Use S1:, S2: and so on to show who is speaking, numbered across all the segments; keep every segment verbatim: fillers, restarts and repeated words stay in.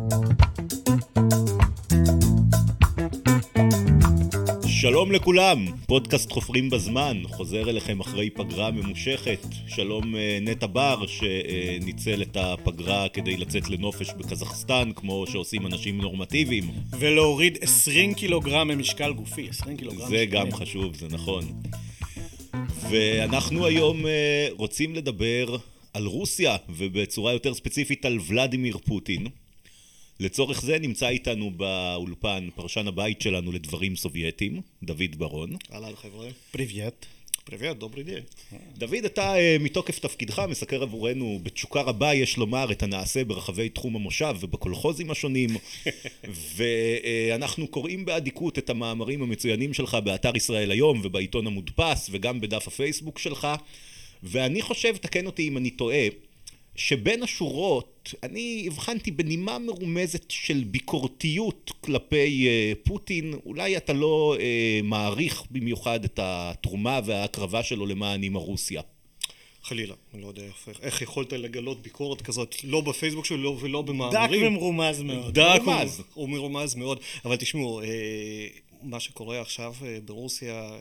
S1: שלום לכולם, פודקאסט חופרים בזמן, חוזר אליכם אחרי פגרה ממושכת. שלום נטע בר שניצל את הפגרה כדי לצאת לנופש בקזחסטן, כמו שעושים אנשים נורמטיביים.
S2: ולהוריד עשרים קילוגרם ממשקל גופי, עשרים קילוגרם.
S1: זה גם חשוב, זה נכון. ואנחנו היום רוצים לדבר על רוסיה, ובצורה יותר ספציפית על ולדימיר פוטין. לצורך זה נמצא איתנו באולפן פרשן הבית שלנו לדברים סובייטים, דוד ברון.
S3: אהלן חבר'ה.
S2: פריבייט.
S3: פריבייט, דוברי די.
S1: דוד, אתה מתוקף תפקידך מסקר עבורנו בתשוקה רבה, יש לומר, את הנעשה ברחבי תחום המושב ובקולחוזים השונים, ואנחנו קוראים באדיקות את המאמרים המצוינים שלך באתר ישראל היום ובעיתון המודפס וגם בדף הפייסבוק שלך, ואני חושב, תקן אותי אם אני טועה, שבין השורות אני הבחנתי בנימה מרומזת של ביקורתיות כלפי uh, פוטין. אולי אתה לא uh, מעריך במיוחד את התרומה וההקרבה שלו למען רוסיה.
S3: חלילה, אני לא יודע איך, איך יכולת לגלות ביקורת כזאת, לא בפייסבוק שלו ולא במאמרים.
S2: דק ומרומז מאוד.
S3: דק ומרומז. ומרומז מאוד, אבל תשמעו, מה שקורה עכשיו ברוסיה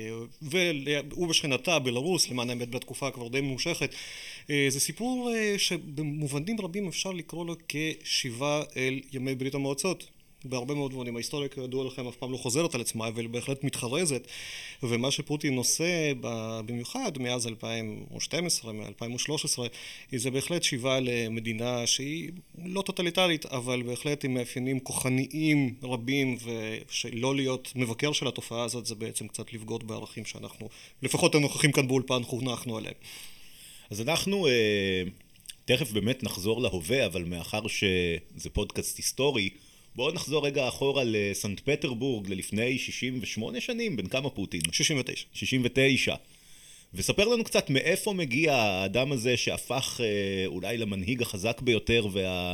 S3: ובשכנתה בלרוס, למען האמת בתקופה כבר די ממושכת, זה סיפור שבמובנים רבים אפשר לקרוא לו כשיבה אל ימי ברית המועצות. בהרבה מאוד מובנים. ההיסטוריה כידוע לכם אף פעם לא חוזרת על עצמה, אבל בהחלט מתחרזת, ומה שפוטין עושה במיוחד מאז אלפיים ושתים עשרה, מ-אלפיים ושלוש עשרה, זה בהחלט שיבה למדינה שהיא לא טוטליטרית, אבל בהחלט עם מאפיינים כוחניים רבים, ושלא להיות מבקר של התופעה הזאת, זה בעצם קצת לבגוד בערכים שאנחנו, לפחות הנוכחים כאן באולפן, חונכנו עליהם.
S1: אז אנחנו אה, תכף באמת נחזור להווה, אבל מאחר שזה פודקאסט היסטורי, בואו נחזור רגע אחורה לסנט פטרבורג, ללפני שישים ושמונה שנים, בין כמה פוטין?
S3: שישים ותשע.
S1: שישים ותשע. וספר לנו קצת מאיפה מגיע האדם הזה שהפך אה, אולי למנהיג החזק ביותר,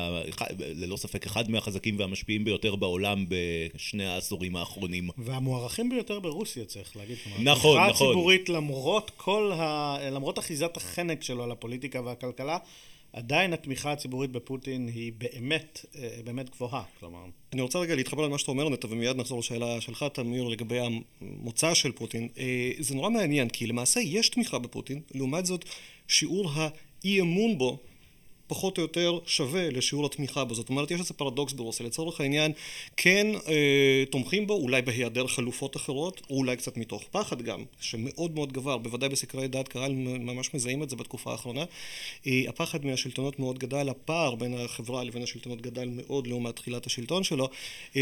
S1: וללא ספק אחד מהחזקים והמשפיעים ביותר בעולם בשני העשורים האחרונים.
S2: והמוערכים ביותר ברוסיה, צריך להגיד.
S1: נכון, נכון.
S2: התמיכה הציבורית, למרות כל ה... למרות אחיזת החנק שלו על הפוליטיקה והכלכלה, עדיין התמיכה הציבורית בפוטין היא באמת, באמת גבוהה. כלומר,
S3: אני רוצה רגע להתחבר על מה שאתה אומר, נטע, ומיד נחזור לשאלה שלך, תמיר, לגבי המוצא של פוטין. זה נורא מעניין, כי למעשה יש תמיכה בפוטין, לעומת זאת, שיעור האי אמון בו פחות או יותר שווה לשיעור התמיכה בו. זאת אומרת, יש איזה פרדוקס ברוסיה. לצורך העניין, כן אה, תומכים בו, אולי בהיעדר חלופות אחרות, או אולי קצת מתוך פחד גם, שמאוד מאוד גבר, בוודאי בסקרי דעת קהל ממש מזהים את זה בתקופה האחרונה. אה, הפחד מהשלטונות מאוד גדל, הפער בין החברה לבין השלטונות גדל מאוד לעומת תחילת השלטון שלו, אה,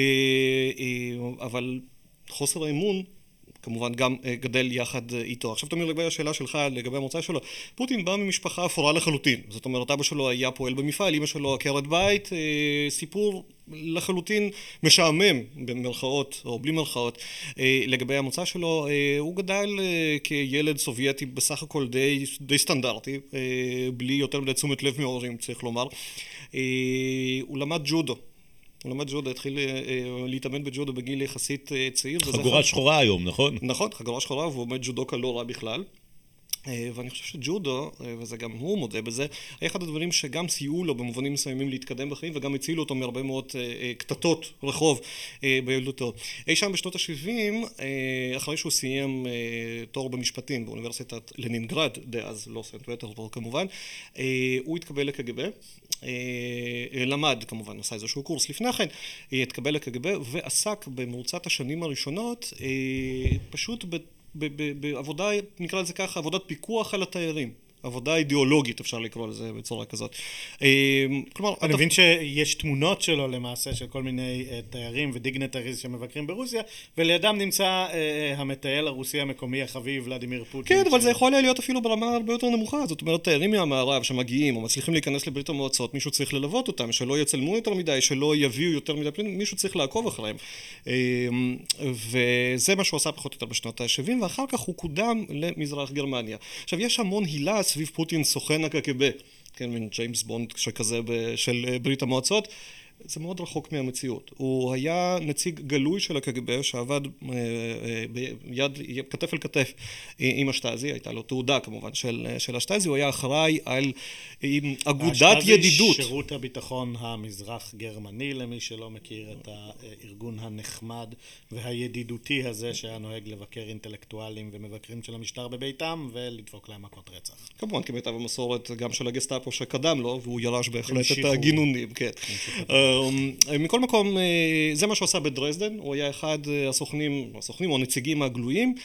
S3: אה, אבל חוסר האמון כמובן גם גדל יחד איתו. עכשיו תאמר לגבי השאלה שלך, לגבי המוצא שלו. פוטין בא ממשפחה אפורה לחלוטין. זאת אומרת, אבא שלו היה פועל במפעל, אמא שלו עקרת בית, סיפור לחלוטין משעמם במרכאות או בלי מרכאות. לגבי המוצא שלו, הוא גדל כילד סובייטי בסך הכל די, די סטנדרטי, בלי יותר מדי תשומת לב מההורים, צריך לומר. הוא למד ג'ודו. הוא למד ג'ודו, התחיל להתאמן בג'ודו בגיל יחסית צעיר.
S1: חגורה שחורה היום, נכון?
S3: נכון, חגורה שחורה, והוא עומד ג'ודוקה לא רע בכלל. ואני חושב שג'ודו, וזה גם הוא מודה בזה, היה אחד הדברים שגם סייעו לו במובנים מסוימים להתקדם בחיים, וגם הצילו אותו מהרבה מאוד קטטות רחוב בילדותו. אי שם בשנות ה-שבעים, אחרי שהוא סיים תואר במשפטים באוניברסיטת לנינגרד, דאז לא סנט פטרבורג כמובן, הוא התקבל ל-קג"ב, למד כמובן, עשה איזשהו קורס לפני כן, התקבל ל-קג"ב ועסק במרוצת השנים הראשונות, פשוט ב... בעבודה, נקרא לזה ככה, עבודת פיקוח על התיירים. עבודה אידיאולוגית, אפשר לקרוא לזה בצורה כזאת.
S2: כלומר, אני מבין שיש תמונות שלו למעשה של כל מיני תיירים ודיגנטריז שמבקרים ברוסיה, ולידם נמצא המטייל הרוסי המקומי החביב ולדימיר פוטין.
S3: כן, אבל זה יכול להיות אפילו ברמה הרבה יותר נמוכה. זאת אומרת, תיירים מהמערב שמגיעים או מצליחים להיכנס לברית המועצות, מישהו צריך ללוות אותם, שלא יצלמו יותר מדי, שלא יביאו יותר מדי, מישהו צריך לעקוב אחריהם. וזה מה שהוא עשה פחות או יותר בשנות ה-שבעים, ואחר כך הוא קודם למזרח גרמניה. עכשיו, יש המון הילה סביב פוטין סוכן ה-קג"ב, כן, מין ג'יימס בונד שכזה של ברית המועצות, זה מאוד רחוק מהמציאות. הוא היה נציג גלוי של הקג"ב שעבד ביד, כתף אל כתף עם השטאזי, הייתה לו תעודה כמובן של, של השטאזי, הוא היה אחראי על אגודת ידידות.
S2: השטאזי שירות הביטחון המזרח גרמני, למי שלא מכיר את הארגון הנחמד והידידותי הזה שהיה נוהג לבקר אינטלקטואלים ומבקרים של המשטר בביתם ולדפוק להם מכות רצח.
S3: כמובן, כמיטב המסורת גם של הגסטאפו שקדם לו, והוא ירש בהחלט את הגינונים, כן. מכל מקום, זה מה שהוא עשה בדרזדן, הוא היה אחד הסוכנים, הסוכנים או הנציגים הגלויים,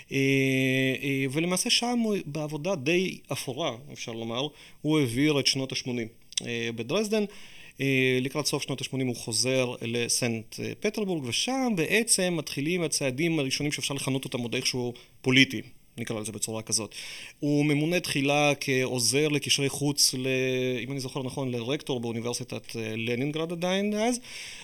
S3: ולמעשה שם בעבודה די אפורה, אפשר לומר, הוא העביר את שנות ה-שמונים בדרזדן. לקראת סוף שנות ה-שמונים הוא חוזר לסנט פטרבורג, ושם בעצם מתחילים הצעדים הראשונים שאפשר לכנות אותם עוד איכשהו פוליטיים. נקרא לזה בצורה כזאת. הוא ממונה תחילה כעוזר לקשרי חוץ, ל... אם אני זוכר נכון, לרקטור באוניברסיטת לנינגרד עדיין אז,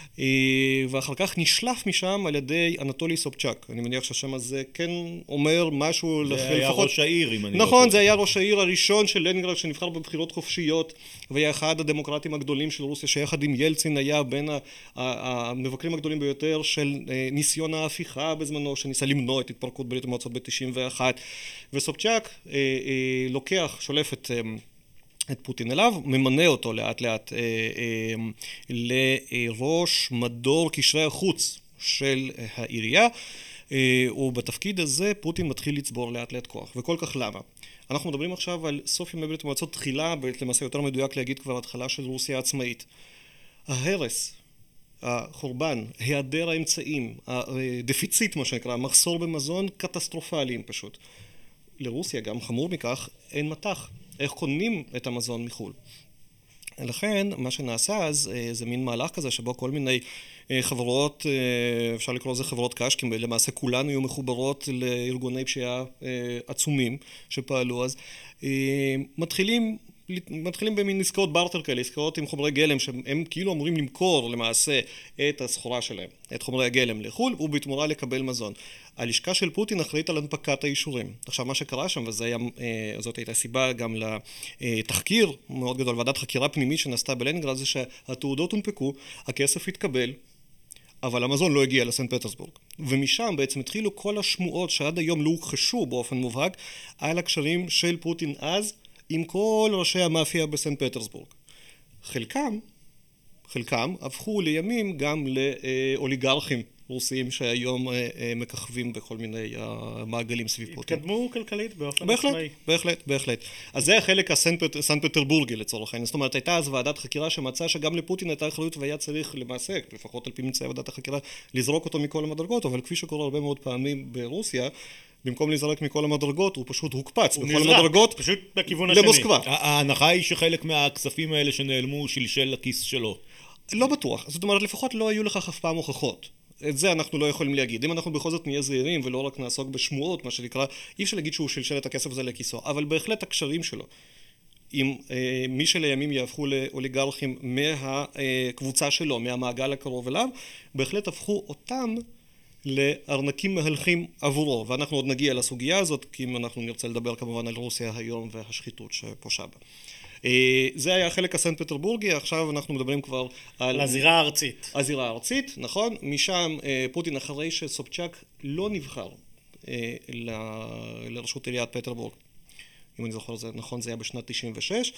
S3: ואחר כך נשלף משם על ידי אנטולי סובצ'אק. אני מניח שהשם הזה כן אומר משהו...
S1: זה
S3: לח...
S1: היה
S3: לפחות...
S1: ראש העיר, אם אני
S3: נכון,
S1: לא טועה.
S3: זה היה ראש העיר הראשון של לנינגרד שנבחר בבחירות חופשיות, והיה אחד הדמוקרטים הגדולים של רוסיה, שיחד עם ילצין היה בין המבקרים הגדולים ביותר של ניסיון ההפיכה בזמנו, שניסה למנוע את התפרקות ברית המועצות ב-תשעים ואחת. וסובצ'אק אה, אה, לוקח, שולף את, אה, את פוטין אליו, ממנה אותו לאט לאט אה, אה, לראש מדור קשרי החוץ של העירייה, אה, ובתפקיד הזה פוטין מתחיל לצבור לאט לאט כוח. וכל כך למה? אנחנו מדברים עכשיו על סוף ימי ברית המועצות, תחילה, למעשה יותר מדויק להגיד כבר התחלה של רוסיה העצמאית. ההרס, החורבן, היעדר האמצעים, הדפיציט מה שנקרא, המחסור במזון, קטסטרופליים פשוט. לרוסיה גם חמור מכך, אין מתח. איך קונים את המזון מחול? לכן מה שנעשה אז זה מין מהלך כזה שבו כל מיני חברות, אפשר לקרוא לזה חברות קש, כי למעשה כולן היו מחוברות לארגוני פשיעה עצומים שפעלו אז, מתחילים מתחילים במין עסקאות בארטר כאלה, עסקאות עם חומרי גלם שהם כאילו אמורים למכור למעשה את הסחורה שלהם, את חומרי הגלם לחול, ובתמורה לקבל מזון. הלשכה של פוטין אחראית על הנפקת האישורים. עכשיו מה שקרה שם, וזאת הייתה סיבה גם לתחקיר מאוד גדול, ועדת חקירה פנימית שנעשתה בלנינגרד, זה שהתעודות הונפקו, הכסף התקבל, אבל המזון לא הגיע לסנט פטרסבורג. ומשם בעצם התחילו כל השמועות שעד היום לא הוכחשו באופן מובהק על הקשרים של פוטין אז, עם כל ראשי המאפיה בסנט פטרסבורג. חלקם, חלקם הפכו לימים גם לאוליגרכים רוסיים שהיום מככבים בכל מיני מעגלים סביב פוטין.
S2: התקדמו כלכלית באופן
S3: בהחלט,
S2: עצמאי.
S3: בהחלט, בהחלט. אז זה החלק הסנט פטרבורגי לצורך העניין. זאת אומרת, הייתה אז ועדת חקירה שמצאה שגם לפוטין הייתה אחריות והיה צריך למעשה, לפחות על פי ממצאי ועדת החקירה, לזרוק אותו מכל המדרגות, אבל כפי שקורה הרבה מאוד פעמים ברוסיה, במקום להיזרק מכל המדרגות, הוא פשוט הוקפץ
S2: הוא
S3: בכל
S2: נזרק,
S3: המדרגות
S2: פשוט בכיוון השני.
S3: למוסקבה.
S1: ההנחה היא שחלק מהכספים האלה שנעלמו שלשל לכיס שלו.
S3: לא בטוח. זאת אומרת, לפחות לא היו לכך אף פעם הוכחות. את זה אנחנו לא יכולים להגיד. אם אנחנו בכל זאת נהיה זהירים ולא רק נעסוק בשמועות, מה שנקרא, אי אפשר להגיד שהוא שלשל את הכסף הזה לכיסו, אבל בהחלט הקשרים שלו, אם אה, מי שלימים יהפכו לאוליגרכים מהקבוצה שלו, מהמעגל הקרוב אליו, בהחלט הפכו אותם לארנקים מהלכים עבורו, ואנחנו עוד נגיע לסוגיה הזאת, כי אם אנחנו נרצה לדבר כמובן על רוסיה היום והשחיתות שפושה בה. זה היה החלק הסנט פטרבורגי, עכשיו אנחנו מדברים כבר על...
S2: הזירה הארצית.
S3: הזירה הארצית, נכון. משם פוטין אחרי שסובצ'אק לא נבחר ל... לראשות עיריית פטרבורג. אם אני זוכר זה נכון, זה היה בשנת תשעים ושש.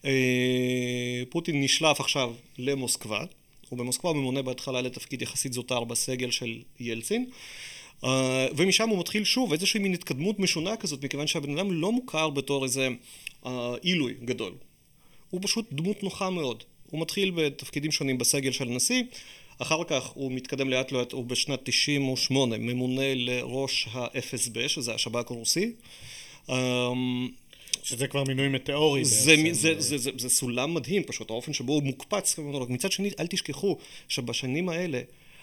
S3: פוטין נשלף עכשיו למוסקבה, ובמוסקבה הוא ממונה בהתחלה לתפקיד יחסית זוטר בסגל של ילצין. Uh, ומשם הוא מתחיל שוב איזושהי מין התקדמות משונה כזאת, מכיוון שהבן אדם לא מוכר בתור איזה uh, עילוי גדול. הוא פשוט דמות נוחה מאוד. הוא מתחיל בתפקידים שונים בסגל של הנשיא, אחר כך הוא מתקדם לאט לאט, הוא בשנת תשעים ושמונה ממונה לראש ה-אף אס בי, שזה השב"כ הרוסי. Uh,
S2: שזה כבר מינוי מטאורי
S3: זה, בעצם. זה, זה, זה, זה סולם מדהים פשוט, האופן שבו הוא מוקפץ. מצד שני, אל תשכחו שבשנים האלה,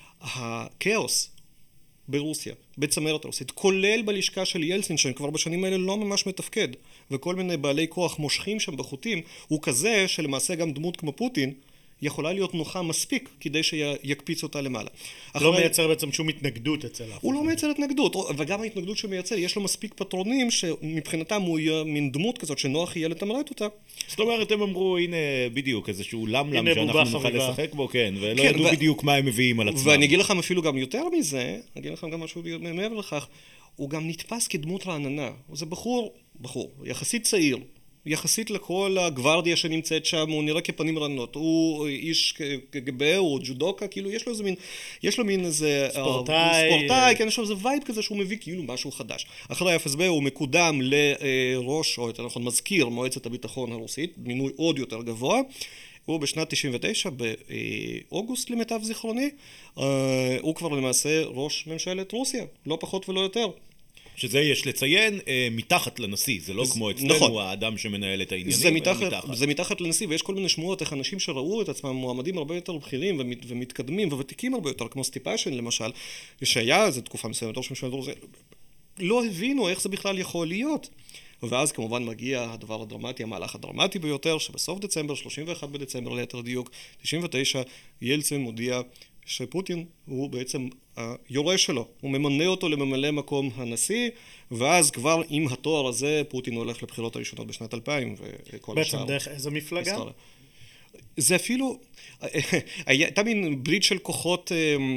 S3: הכאוס ברוסיה, בצמרת הרוסית, כולל בלשכה של ילצין, שכבר בשנים האלה לא ממש מתפקד, וכל מיני בעלי כוח מושכים שם בחוטים, הוא כזה שלמעשה גם דמות כמו פוטין יכולה להיות נוחה מספיק כדי שיקפיץ אותה למעלה.
S2: לא מייצר בעצם שום התנגדות אצל אף אחד.
S3: הוא לא מייצר התנגדות, וגם ההתנגדות שמייצר, יש לו מספיק פטרונים שמבחינתם הוא יהיה מין דמות כזאת שנוח יהיה לתמרט אותה.
S1: זאת אומרת, הם אמרו, הנה בדיוק איזשהו למלם שאנחנו נוכל לשחק בו, כן, ולא ידעו בדיוק מה הם מביאים על עצמם.
S3: ואני אגיד לכם אפילו גם יותר מזה, אני אגיד לכם גם משהו מעבר לכך, הוא גם נתפס כדמות רעננה. זה בחור, בחור, יחסית צעיר, יחסית לכל הגוורדיה שנמצאת שם, הוא נראה כפנים רעננות, הוא איש קג"ב, הוא ג'ודוקה, כאילו יש לו איזה מין, יש לו מין איזה...
S2: ספורטאי.
S3: ספורטאי, כן, יש לו איזה וייב כזה שהוא מביא כאילו משהו חדש. אחרי ה-אף אס בי הוא מקודם לראש, או יותר נכון מזכיר, מועצת הביטחון הרוסית, מינוי עוד יותר גבוה. הוא בשנת תשעים ותשע, באוגוסט למיטב זיכרוני, הוא כבר למעשה ראש ממשלת רוסיה, לא פחות ולא יותר.
S1: שזה יש לציין מתחת לנשיא, זה לא כמו אצלנו, נכון. האדם שמנהל את העניינים.
S3: זה מתחת, מתחת. זה מתחת לנשיא, ויש כל מיני שמועות איך אנשים שראו את עצמם מועמדים הרבה יותר בכירים ומת, ומתקדמים וותיקים הרבה יותר, כמו סטיפשן למשל, שהיה איזו תקופה מסוימת, ראש ממשלת רוסיה, לא הבינו איך זה בכלל יכול להיות. ואז כמובן מגיע הדבר הדרמטי, המהלך הדרמטי ביותר, שבסוף דצמבר, שלושים ואחד בדצמבר ליתר דיוק, תשעים ותשע, ילצין מודיע שפוטין הוא בעצם היורש שלו, הוא ממנה אותו לממלא מקום הנשיא, ואז כבר עם התואר הזה פוטין הולך לבחירות הראשונות בשנת אלפיים וכל השאר.
S2: בעצם דרך איזה מפלגה?
S3: זה אפילו, הייתה מין ברית של כוחות,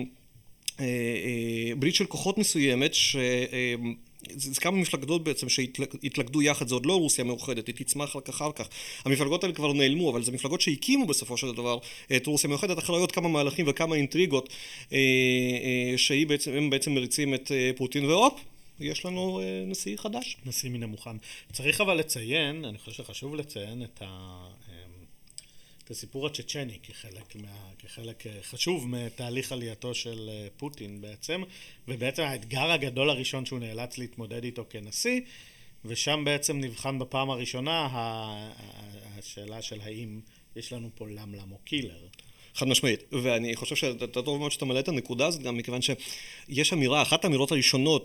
S3: ברית של כוחות מסוימת ש... זה כמה מפלגות בעצם שהתלכדו יחד, זה עוד לא רוסיה מאוחדת, היא תצמח רק אחר כך. המפלגות האלה כבר נעלמו, אבל זה מפלגות שהקימו בסופו של דבר את רוסיה מאוחדת, אחרי עוד כמה מהלכים וכמה אינטריגות שהם בעצם, בעצם מריצים את פוטין, והופ, יש לנו נשיא חדש.
S2: נשיא מן המוכן. צריך אבל לציין, אני חושב שחשוב לציין את ה... את הסיפור הצ'צ'ני כחלק, מה, כחלק חשוב מתהליך עלייתו של פוטין בעצם, ובעצם האתגר הגדול הראשון שהוא נאלץ להתמודד איתו כנשיא, ושם בעצם נבחן בפעם הראשונה השאלה של האם יש לנו פה למלם או קילר.
S3: חד משמעית, ואני חושב שאתה טוב מאוד שאתה מלא את הנקודה הזאת גם מכיוון שיש אמירה, אחת האמירות הראשונות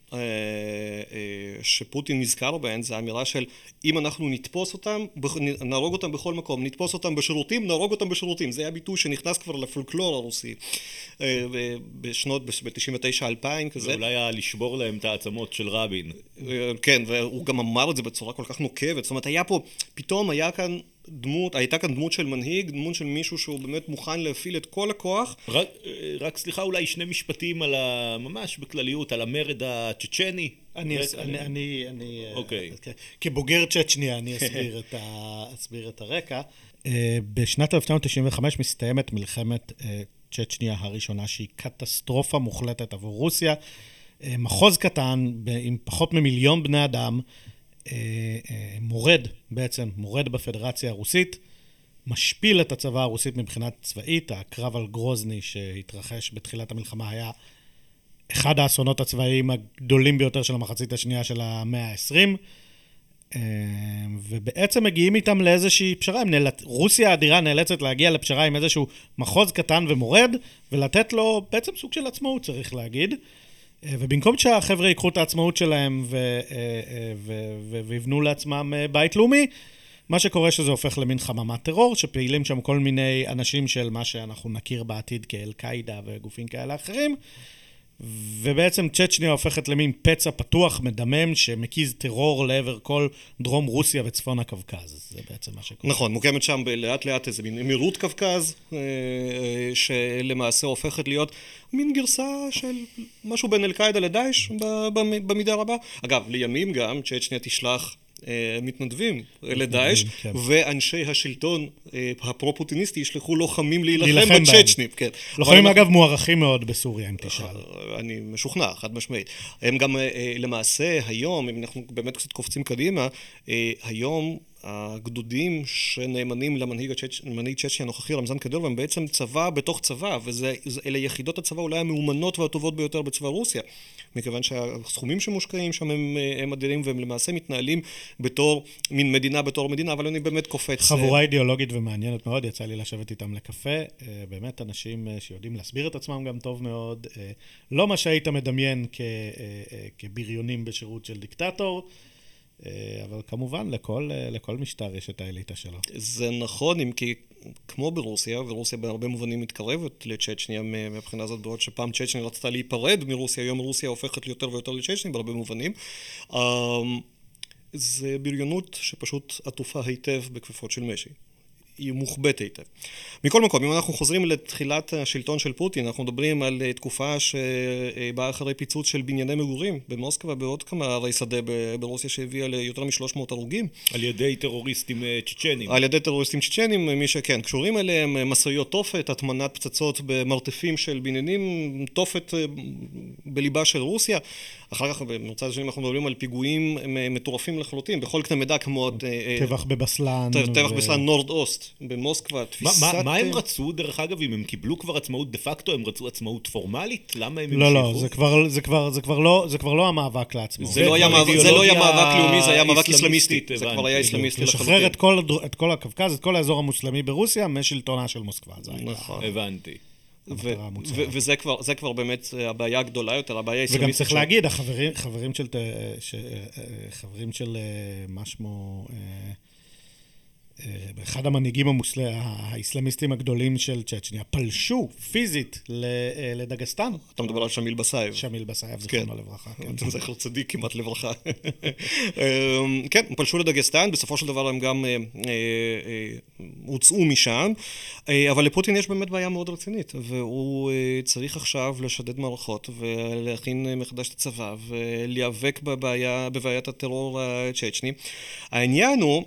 S3: שפוטין נזכר בהן, זה האמירה של אם אנחנו נתפוס אותם, נהרוג אותם בכל מקום, נתפוס אותם בשירותים, נהרוג אותם בשירותים. זה היה ביטוי שנכנס כבר לפולקלור הרוסי בשנות, ב-תשעים ותשע אלפיים כזה.
S1: ואולי היה לשבור להם את העצמות של רבין.
S3: כן, והוא גם אמר את זה בצורה כל כך נוקבת. זאת אומרת, היה פה, פתאום היה כאן דמות, הייתה כאן דמות של מנהיג, דמות של מישהו שהוא באמת מוכן להפעיל את כל הכוח.
S1: רק, רק סליחה, אולי שני משפטים על ה... ממש בכלליות, על המרד הצ'צ'ני.
S2: אני, אני, אני, אני,
S1: אוקיי.
S2: כבוגר צ'צ'ניה, אני אסביר את ה, אסביר את הרקע. בשנת אלף תשע מאות תשעים וחמש מסתיימת מלחמת צ'צ'ניה הראשונה, שהיא קטסטרופה מוחלטת עבור רוסיה. מחוז קטן, עם פחות ממיליון בני אדם, מורד בעצם, מורד בפדרציה הרוסית, משפיל את הצבא הרוסית מבחינת צבאית. הקרב על גרוזני שהתרחש בתחילת המלחמה היה אחד האסונות הצבאיים הגדולים ביותר של המחצית השנייה של המאה ה-עשרים, ובעצם מגיעים איתם לאיזושהי פשרה. נאלצ... רוסיה האדירה נאלצת להגיע לפשרה עם איזשהו מחוז קטן ומורד, ולתת לו בעצם סוג של עצמאות, צריך להגיד. ובמקום שהחבר'ה ייקחו את העצמאות שלהם ו... ו... ו... ויבנו לעצמם בית לאומי, מה שקורה שזה הופך למין חממת טרור, שפעילים שם כל מיני אנשים של מה שאנחנו נכיר בעתיד כאל-קאידה וגופים כאלה אחרים, ובעצם צ'צ'ניה הופכת למין פצע פתוח, מדמם, שמקיז טרור לעבר כל דרום רוסיה וצפון הקווקז. זה בעצם מה שקורה.
S3: נכון, מוקמת שם לאט לאט איזה מין אמירות קווקז, שלמעשה הופכת להיות מין גרסה של משהו בין אל-קאידה לדאעש במידה רבה. אגב, לימים גם צ'צ'ניה תשלח מתנדבים לדאעש, כן. ואנשי השלטון הפרו-פוטיניסטי ישלחו לוחמים להילחם בצ'צ'נים. כן.
S2: לוחמים אגב מוערכים מאוד בסוריה, אם תשאל.
S3: אני משוכנע, חד משמעית. הם גם למעשה היום, אם אנחנו באמת קצת קופצים קדימה, היום הגדודים שנאמנים למנהיג צ'צ'ניה הנוכחי, רמזן קדyrov, הם בעצם צבא בתוך צבא, ואלה יחידות הצבא אולי המאומנות והטובות ביותר בצבא רוסיה, מכיוון שהסכומים שמושקעים שם הם, הם אדירים, והם למעשה מתנהלים בתור מין מדינה בתור מדינה, אבל אני באמת קופץ.
S2: חבורה אידיאולוגית ומעניינת מאוד, יצא לי לשבת איתם לקפה, באמת אנשים שיודעים להסביר את עצמם גם טוב מאוד, לא מה שהיית מדמיין כ, כבריונים בשירות של דיקטטור, אבל כמובן, לכל, לכל משטר יש את האליטה שלו.
S3: זה נכון, אם כי כמו ברוסיה, ורוסיה בהרבה מובנים מתקרבת לצ'צ'ניה מבחינה זאת, בעוד שפעם צ'צ'ניה רצתה להיפרד מרוסיה, היום רוסיה הופכת יותר ויותר לצ'צ'ניה בהרבה מובנים. זה בריונות שפשוט עטופה היטב בכפפות של משי. היא מוחבאת היטב. מכל מקום, אם אנחנו חוזרים לתחילת השלטון של פוטין, אנחנו מדברים על תקופה שבאה אחרי פיצוץ של בנייני מגורים במוסקבה, בעוד כמה ערי שדה ברוסיה שהביאה ליותר משלוש מאות הרוגים.
S1: על ידי טרוריסטים צ'צ'נים.
S3: על ידי טרוריסטים צ'צ'נים, מי שכן, קשורים אליהם, מסעיות תופת, הטמנת פצצות במרתפים של בניינים, תופת בליבה של רוסיה. אחר כך, במרוצת השנים אנחנו מדברים על פיגועים מטורפים לחלוטין, בכל קנה מידה כמו...
S2: טבח בבסלן.
S3: טבח בבסלן נורד-אוסט. במוסקבה, תפיסת...
S1: מה, מה הם רצו, דרך אגב, אם הם קיבלו כבר עצמאות דה פקטו, הם רצו עצמאות פורמלית? למה הם המשיכו?
S2: לא, לא, זה כבר, זה כבר, זה כבר לא, זה כבר לא המאבק לעצמאות.
S3: זה לא היה מאבק, זה לא היה מאבק לאומי, זה היה מאבק איסלאמיסטי. זה כבר היה איסלאמיסטי לחלוטין.
S2: לשחרר את כל, את כל הקווקז, את כל האזור המוסלמי ברוסיה, משלטונה של מוסקבה.
S3: נכון.
S1: הבנתי.
S3: וזה כבר, זה כבר באמת הבעיה הגדולה יותר, הבעיה האיסלאמיסטית.
S2: וגם צריך להגיד, החברים, חברים של, חברים של, מה שמו... אחד המנהיגים המוסל... האסלאמיסטים הגדולים של צ'צ'ניה פלשו פיזית לדגסטן.
S3: אתה מדבר על שמיל בסייב.
S2: שמיל בסייב, זכרונו לברכה.
S3: כן, זכר צדיק כמעט לברכה. כן, הם פלשו לדגסטן, בסופו של דבר הם גם הוצאו משם, אבל לפוטין יש באמת בעיה מאוד רצינית, והוא צריך עכשיו לשדד מערכות ולהכין מחדש את הצבא ולהיאבק בבעיית הטרור הצ'צ'ני. העניין הוא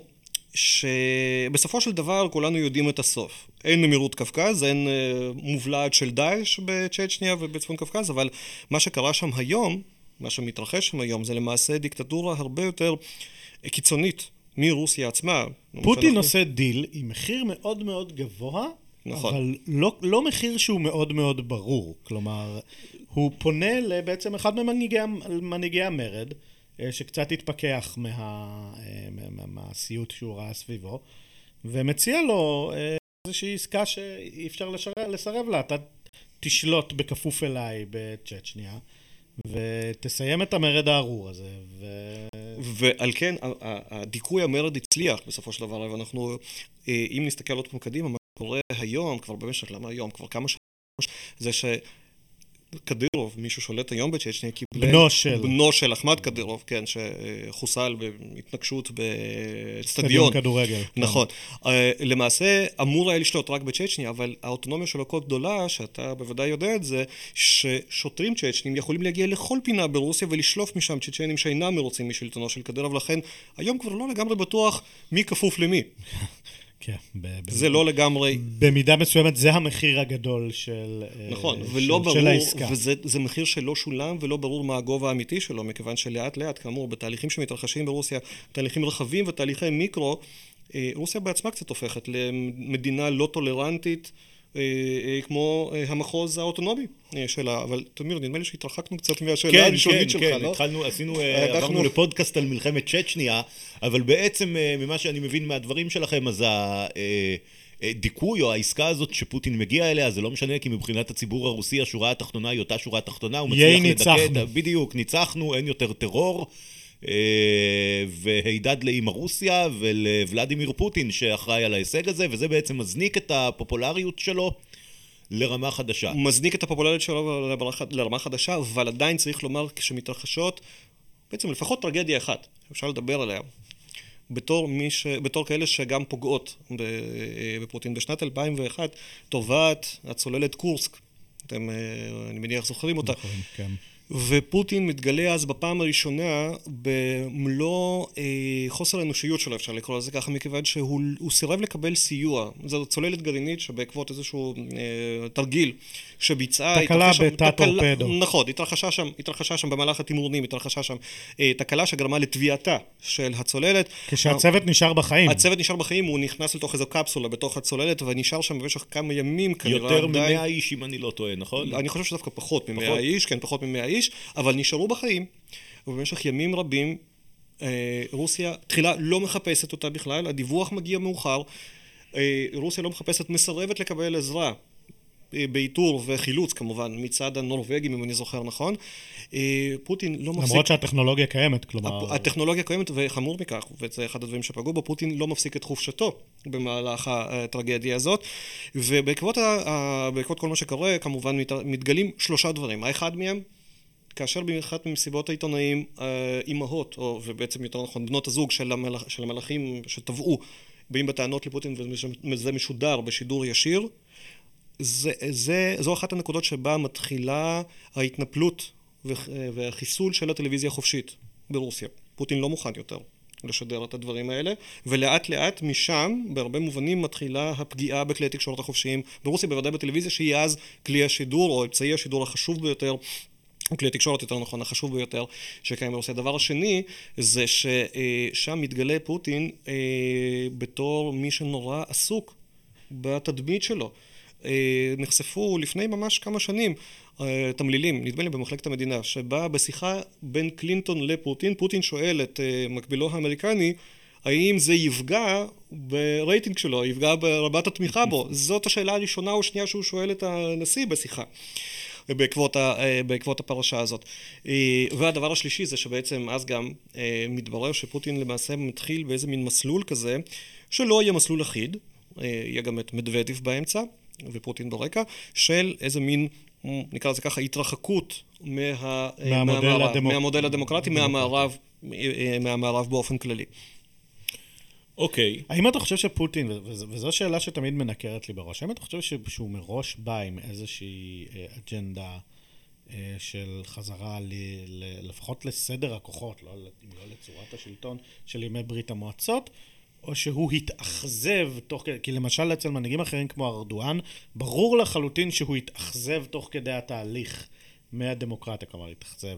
S3: שבסופו של דבר כולנו יודעים את הסוף. אין נמירות קווקז, אין מובלעת של דאעש בצ'צ'ניה ובצפון קווקז, אבל מה שקרה שם היום, מה שמתרחש שם היום, זה למעשה דיקטטורה הרבה יותר קיצונית מרוסיה עצמה.
S2: פוטין אנחנו... עושה דיל עם מחיר מאוד מאוד גבוה, נכון. אבל לא, לא מחיר שהוא מאוד מאוד ברור. כלומר, הוא פונה בעצם אחד ממנהיגי המרד, שקצת התפכח מה, מהסיוט שהוא ראה סביבו, ומציע לו איזושהי עסקה שאי אפשר לסרב לה. אתה תשלוט בכפוף אליי בצ'צ'ניה, ותסיים את המרד הארור הזה. ו...
S3: ועל כן, הדיכוי המרד הצליח בסופו של דבר, ואנחנו, אם נסתכל עוד פעם קדימה, מה קורה היום, כבר במשך, למה היום, כבר כמה שנים, זה ש... קדירוב, מישהו שולט היום בצ'צ'ניה,
S2: בנו של.
S3: בנו של אחמד קדירוב, כן, שחוסל בהתנגשות באצטדיון.
S2: כדורגל.
S3: נכון. למעשה, אמור היה לשלוט רק בצ'צ'ניה, אבל האוטונומיה שלו כה גדולה, שאתה בוודאי יודע את זה, ששוטרים צ'צ'נים יכולים להגיע לכל פינה ברוסיה ולשלוף משם צ'צ'נים שאינם מרוצים משלטונו של קדירוב, לכן היום כבר לא לגמרי בטוח מי כפוף למי.
S2: כן,
S3: זה לא לגמרי...
S2: במידה מסוימת זה המחיר הגדול של,
S3: נכון,
S2: של,
S3: ולא ברור,
S2: של העסקה.
S3: וזה זה מחיר שלא שולם ולא ברור מה הגובה האמיתי שלו, מכיוון שלאט לאט, כאמור, בתהליכים שמתרחשים ברוסיה, תהליכים רחבים ותהליכי מיקרו, רוסיה בעצמה קצת הופכת למדינה לא טולרנטית, כמו המחוז האוטונומי שלה, אבל תמיר, נדמה לי שהתרחקנו קצת מהשאלה הראשונית שלך, לא?
S1: כן, כן, התחלנו, עשינו, עברנו לפודקאסט על מלחמת צ'צ'ניה, אבל בעצם ממה שאני מבין מהדברים שלכם, אז הדיכוי או העסקה הזאת שפוטין מגיע אליה, זה לא משנה, כי מבחינת הציבור הרוסי, השורה התחתונה היא אותה שורה התחתונה, הוא מצליח לדכא, בדיוק, ניצחנו, אין יותר טרור, והידד לאמא רוסיה ולוולדימיר פוטין שאחראי על ההישג הזה, וזה בעצם מזניק את הפופולריות שלו לרמה חדשה.
S3: הוא מזניק את הפופולריות שלו לרמה חדשה, אבל עדיין צריך לומר כשמתרחשות, בעצם לפחות טרגדיה אחת, אפשר לדבר עליה, בתור, ש... בתור כאלה שגם פוגעות בפוטין. בשנת אלפיים ואחת טובעת הצוללת קורסק, אתם, אני מניח, זוכרים אותה.
S2: נכון, כן.
S3: ופוטין מתגלה אז בפעם הראשונה במלוא אה, חוסר האנושיות שלו, אפשר לקרוא לזה ככה, מכיוון שהוא סירב לקבל סיוע. זו צוללת גרעינית שבעקבות איזשהו אה, תרגיל שביצעה...
S2: תקלה בתא טורפדו.
S3: נכון, התרחשה שם, התרחשה שם במהלך התמרונים, התרחשה שם אה, תקלה שגרמה לטביעתה של הצוללת.
S2: כשהצוות ה... נשאר בחיים.
S3: הצוות נשאר בחיים, הוא נכנס לתוך איזו קפסולה בתוך הצוללת ונשאר שם במשך כמה ימים.
S1: יותר ממאה איש, אם אני לא טועה, נכון?
S3: אני חושב שדווקא פחות ממאה איש, כן, פחות ממאה איש. אבל נשארו בחיים, ובמשך ימים רבים, רוסיה תחילה לא מחפשת אותה בכלל, הדיווח מגיע מאוחר, רוסיה לא מחפשת, מסרבת לקבל עזרה באיתור וחילוץ כמובן מצד הנורווגים, אם אני זוכר נכון. פוטין לא מפסיק...
S2: למרות שהטכנולוגיה קיימת, כלומר...
S3: הטכנולוגיה קיימת, וחמור מכך, וזה אחד הדברים שפגעו בו, פוטין לא מפסיק את חופשתו במהלך הטרגדיה הזאת, ובעקבות ה... בעקבות כל מה שקורה, כמובן מתגלים שלושה דברים. האחד מהם, כאשר באחת ממסיבות העיתונאים, אימהות, או ובעצם יותר נכון, בנות הזוג של, המלאכ, של המלאכים שטבעו, באים בטענות לפוטין וזה משודר בשידור ישיר, זה, זה, זו אחת הנקודות שבה מתחילה ההתנפלות והחיסול של הטלוויזיה החופשית ברוסיה. פוטין לא מוכן יותר לשדר את הדברים האלה, ולאט לאט משם, בהרבה מובנים, מתחילה הפגיעה בכלי התקשורת החופשיים ברוסיה, בוודאי בטלוויזיה, שהיא אז כלי השידור, או אמצעי השידור החשוב ביותר, או כלי התקשורת יותר נכון, החשוב ביותר שקיים ברוסיה. הדבר השני זה ששם מתגלה פוטין בתור מי שנורא עסוק בתדמית שלו. נחשפו לפני ממש כמה שנים תמלילים, נדמה לי במחלקת המדינה, שבה בשיחה בין קלינטון לפוטין, פוטין שואל את מקבילו האמריקני, האם זה יפגע ברייטינג שלו, יפגע ברבת התמיכה בו. זאת השאלה הראשונה או שנייה שהוא שואל את הנשיא בשיחה. בעקבות, ה, בעקבות הפרשה הזאת. והדבר השלישי זה שבעצם אז גם מתברר שפוטין למעשה מתחיל באיזה מין מסלול כזה, שלא יהיה מסלול אחיד, יהיה גם את מדוודב באמצע, ופוטין ברקע, של איזה מין, נקרא לזה ככה, התרחקות מה,
S2: מהמודל,
S3: מהמערב,
S2: הדמוק...
S3: מהמודל הדמוקרטי, מהמערב, מהמערב באופן כללי.
S1: אוקיי.
S2: Okay. האם אתה חושב שפוטין, וזו שאלה שתמיד מנקרת לי בראש, האם אתה חושב שהוא מראש בא עם איזושהי אג'נדה של חזרה ל, ל, לפחות לסדר הכוחות, לא, לא לצורת השלטון של ימי ברית המועצות, או שהוא התאכזב תוך כדי, כי למשל אצל מנהיגים אחרים כמו ארדואן, ברור לחלוטין שהוא התאכזב תוך כדי התהליך מהדמוקרטיה, כלומר התאכזב...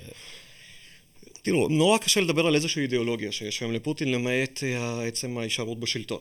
S3: תראו, נורא קשה לדבר על איזושהי אידיאולוגיה שיש היום לפוטין, למעט עצם ההישארות בשלטון.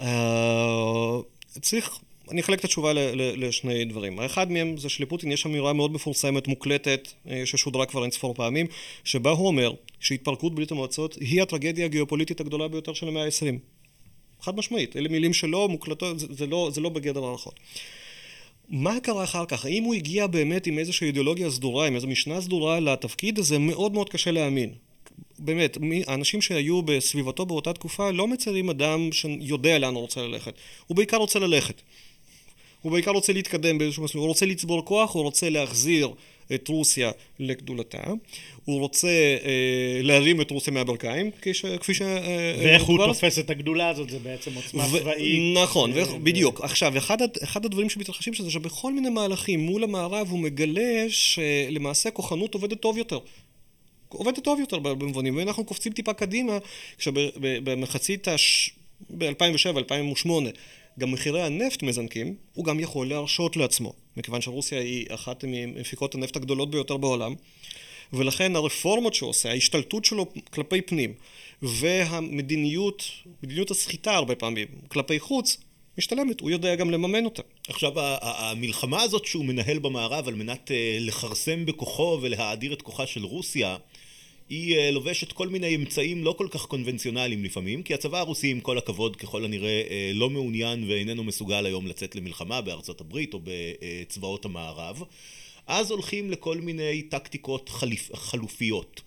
S3: צריך, אני אחלק את התשובה לשני דברים. האחד מהם זה שלפוטין יש אמירה מאוד מפורסמת, מוקלטת, ששודרה כבר אין ספור פעמים, שבה הוא אומר שהתפרקות ברית המועצות היא הטרגדיה הגיאופוליטית הגדולה ביותר של המאה ה-עשרים. חד משמעית, אלה מילים שלו, מוקלטות, זה, זה לא, זה לא בגדר הערכות. מה קרה אחר כך? האם הוא הגיע באמת עם איזושהי אידיאולוגיה סדורה, עם איזו משנה סדורה לתפקיד הזה? מאוד מאוד קשה להאמין. באמת, האנשים שהיו בסביבתו באותה תקופה לא מציירים אדם שיודע לאן הוא רוצה ללכת. הוא בעיקר רוצה ללכת. הוא בעיקר רוצה להתקדם באיזשהו מסלול. הוא רוצה לצבור כוח, הוא רוצה להחזיר את רוסיה לגדולתה. הוא רוצה אה, להרים את רוסיה מהברכיים, כפי ש...
S2: ואיך הוא תופס את הגדולה הזאת, זה בעצם עוצמה צבאית.
S3: נכון, בדיוק. עכשיו, אחד הדברים שמתרחשים שזה שבכל מיני מהלכים מול המערב הוא מגלה שלמעשה כוחנות עובדת טוב יותר. עובדת טוב יותר במובנים, ואנחנו קופצים טיפה קדימה, כשבמחצית ב-אלפיים ושבע אלפיים ושמונה גם מחירי הנפט מזנקים, הוא גם יכול להרשות לעצמו, מכיוון שרוסיה היא אחת ממפיקות הנפט הגדולות ביותר בעולם, ולכן הרפורמות שעושה, ההשתלטות שלו כלפי פנים, והמדיניות, מדיניות הסחיטה הרבה פעמים, כלפי חוץ, משתלמת, הוא יודע גם לממן אותה.
S1: עכשיו, המלחמה הזאת שהוא מנהל במערב על מנת לחרסם בכוחו ולהאדיר את כוחה של רוסיה, היא לובשת כל מיני אמצעים לא כל כך קונבנציונליים לפעמים, כי הצבא הרוסי עם כל הכבוד ככל הנראה לא מעוניין ואיננו מסוגל היום לצאת למלחמה בארצות הברית או בצבאות המערב, אז הולכים לכל מיני טקטיקות חליפ, חלופיות.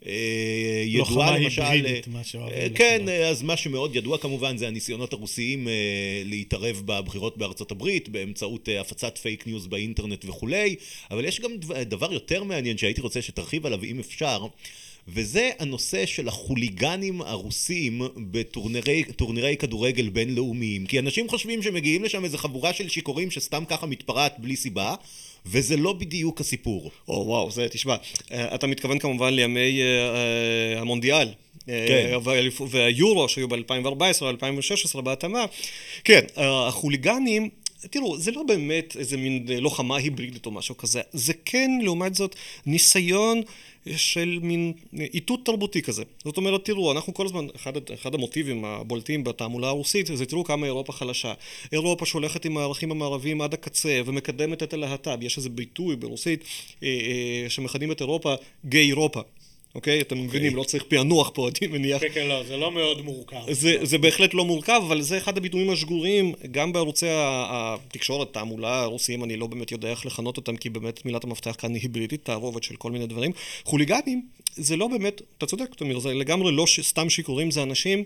S2: ידוע למשל,
S1: כן, אז מה שמאוד ידוע כמובן זה הניסיונות הרוסיים להתערב בבחירות בארצות הברית באמצעות הפצת פייק ניוז באינטרנט וכולי, אבל יש גם דבר יותר מעניין שהייתי רוצה שתרחיב עליו אם אפשר, וזה הנושא של החוליגנים הרוסים בטורנירי כדורגל בינלאומיים, כי אנשים חושבים שמגיעים לשם איזו חבורה של שיכורים שסתם ככה מתפרעת בלי סיבה, וזה לא בדיוק הסיפור.
S3: או וואו, זה תשמע, אתה מתכוון כמובן לימי המונדיאל, כן. והיורו שהיו ב-אלפיים וארבע עשרה אלפיים ושש עשרה בהתאמה. כן, החוליגנים, תראו, זה לא באמת איזה מין לוחמה היברידית או משהו כזה, זה כן לעומת זאת ניסיון של מין איתות תרבותי כזה. זאת אומרת, תראו, אנחנו כל הזמן, אחד, אחד המוטיבים הבולטים בתעמולה הרוסית, זה תראו כמה אירופה חלשה. אירופה שהולכת עם הערכים המערביים עד הקצה ומקדמת את הלהט"ב. יש איזה ביטוי ברוסית אה, אה, שמכנים את אירופה גיי אירופה. אוקיי? אתם מבינים, לא צריך פענוח פה, אני מניח.
S2: כן, כן, לא, זה לא מאוד מורכב.
S3: זה, זה בהחלט לא מורכב, אבל זה אחד הביטויים השגורים, גם בערוצי התקשורת, תעמולה הרוסיים, אני לא באמת יודע איך לכנות אותם, כי באמת מילת המפתח כאן היא היברידית, תערובת של כל מיני דברים. חוליגנים, זה לא באמת, אתה צודק, תמיר, זה לגמרי לא סתם שיכורים, זה אנשים